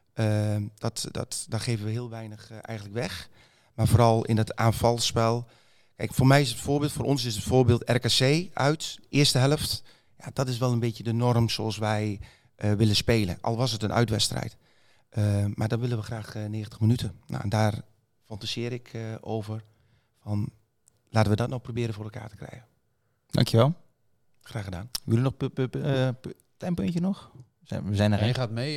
[SPEAKER 5] Daar geven we heel weinig eigenlijk weg. Maar vooral in het aanvalspel. Kijk, voor mij is het voorbeeld, voor ons is het voorbeeld RKC uit, eerste helft. Ja, dat is wel een beetje de norm zoals wij willen spelen. Al was het een uitwedstrijd. Maar dan willen we graag 90 minuten. Nou, en daar fantaseer ik over. Van, laten we dat nou proberen voor elkaar te krijgen.
[SPEAKER 2] Dankjewel.
[SPEAKER 5] Graag gedaan.
[SPEAKER 2] Willen we nog tuinpuntje nog? We zijn er.
[SPEAKER 4] En je gaat mee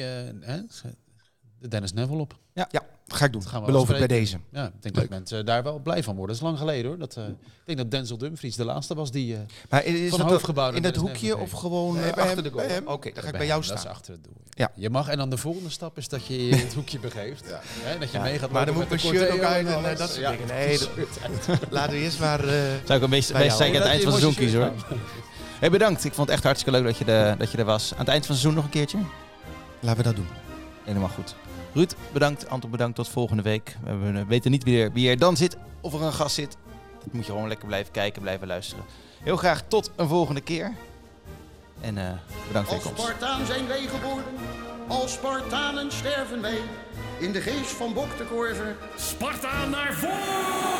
[SPEAKER 4] de Dennis Neville op.
[SPEAKER 5] Ja, ga ik doen.
[SPEAKER 4] Dat gaan we
[SPEAKER 5] Beloof ik bij
[SPEAKER 4] afspreken.
[SPEAKER 5] deze.
[SPEAKER 4] Ja, ik denk dat mensen daar wel blij van worden. Dat is lang geleden hoor. Ik denk dat Denzel Dumfries de laatste was die
[SPEAKER 5] Maar is
[SPEAKER 4] van
[SPEAKER 5] dat
[SPEAKER 4] Hoofdgebouw
[SPEAKER 5] in
[SPEAKER 4] naar
[SPEAKER 5] dat
[SPEAKER 4] Dennis
[SPEAKER 5] hoekje
[SPEAKER 4] Neville
[SPEAKER 5] of
[SPEAKER 4] ging.
[SPEAKER 5] gewoon
[SPEAKER 3] Nee, bij
[SPEAKER 5] achter
[SPEAKER 3] hem,
[SPEAKER 5] de goal?
[SPEAKER 3] bij hem.
[SPEAKER 5] Oké, dan ga ik bij jou
[SPEAKER 4] Dat is
[SPEAKER 5] staan.
[SPEAKER 4] achter het doel.
[SPEAKER 5] Ja.
[SPEAKER 4] Je mag en dan de volgende stap is dat je in het hoekje begeeft.
[SPEAKER 3] Ja.
[SPEAKER 4] Hè, dat je mee gaat
[SPEAKER 5] Maar dan
[SPEAKER 4] lopen
[SPEAKER 5] moet
[SPEAKER 4] met
[SPEAKER 5] mijn
[SPEAKER 4] de
[SPEAKER 5] shirt ook
[SPEAKER 4] Corteo
[SPEAKER 5] uit en
[SPEAKER 4] alles.
[SPEAKER 5] dat soort
[SPEAKER 4] Ja.
[SPEAKER 5] dingen. Nee, laten we eerst maar...
[SPEAKER 2] Zou ik een beetje
[SPEAKER 5] bij jou.
[SPEAKER 2] zeggen aan het eind van het seizoen kiezen hoor.
[SPEAKER 4] hoor.
[SPEAKER 2] Hey, bedankt. Ik vond het echt hartstikke leuk dat je er was. Aan het eind van het seizoen nog een keertje?
[SPEAKER 5] Laten we dat doen.
[SPEAKER 2] Helemaal goed. Ruud, bedankt. Anton, bedankt. Tot volgende week. We weten niet wie er dan zit of er een gast zit. Dat moet je gewoon lekker blijven kijken, blijven luisteren. Heel graag tot een volgende keer. En bedankt voor je
[SPEAKER 7] Als
[SPEAKER 2] komst.
[SPEAKER 7] Spartaan zijn wij geboren, als Spartanen sterven wij. In de geest van Bok de Korver.
[SPEAKER 1] Sparta naar voren!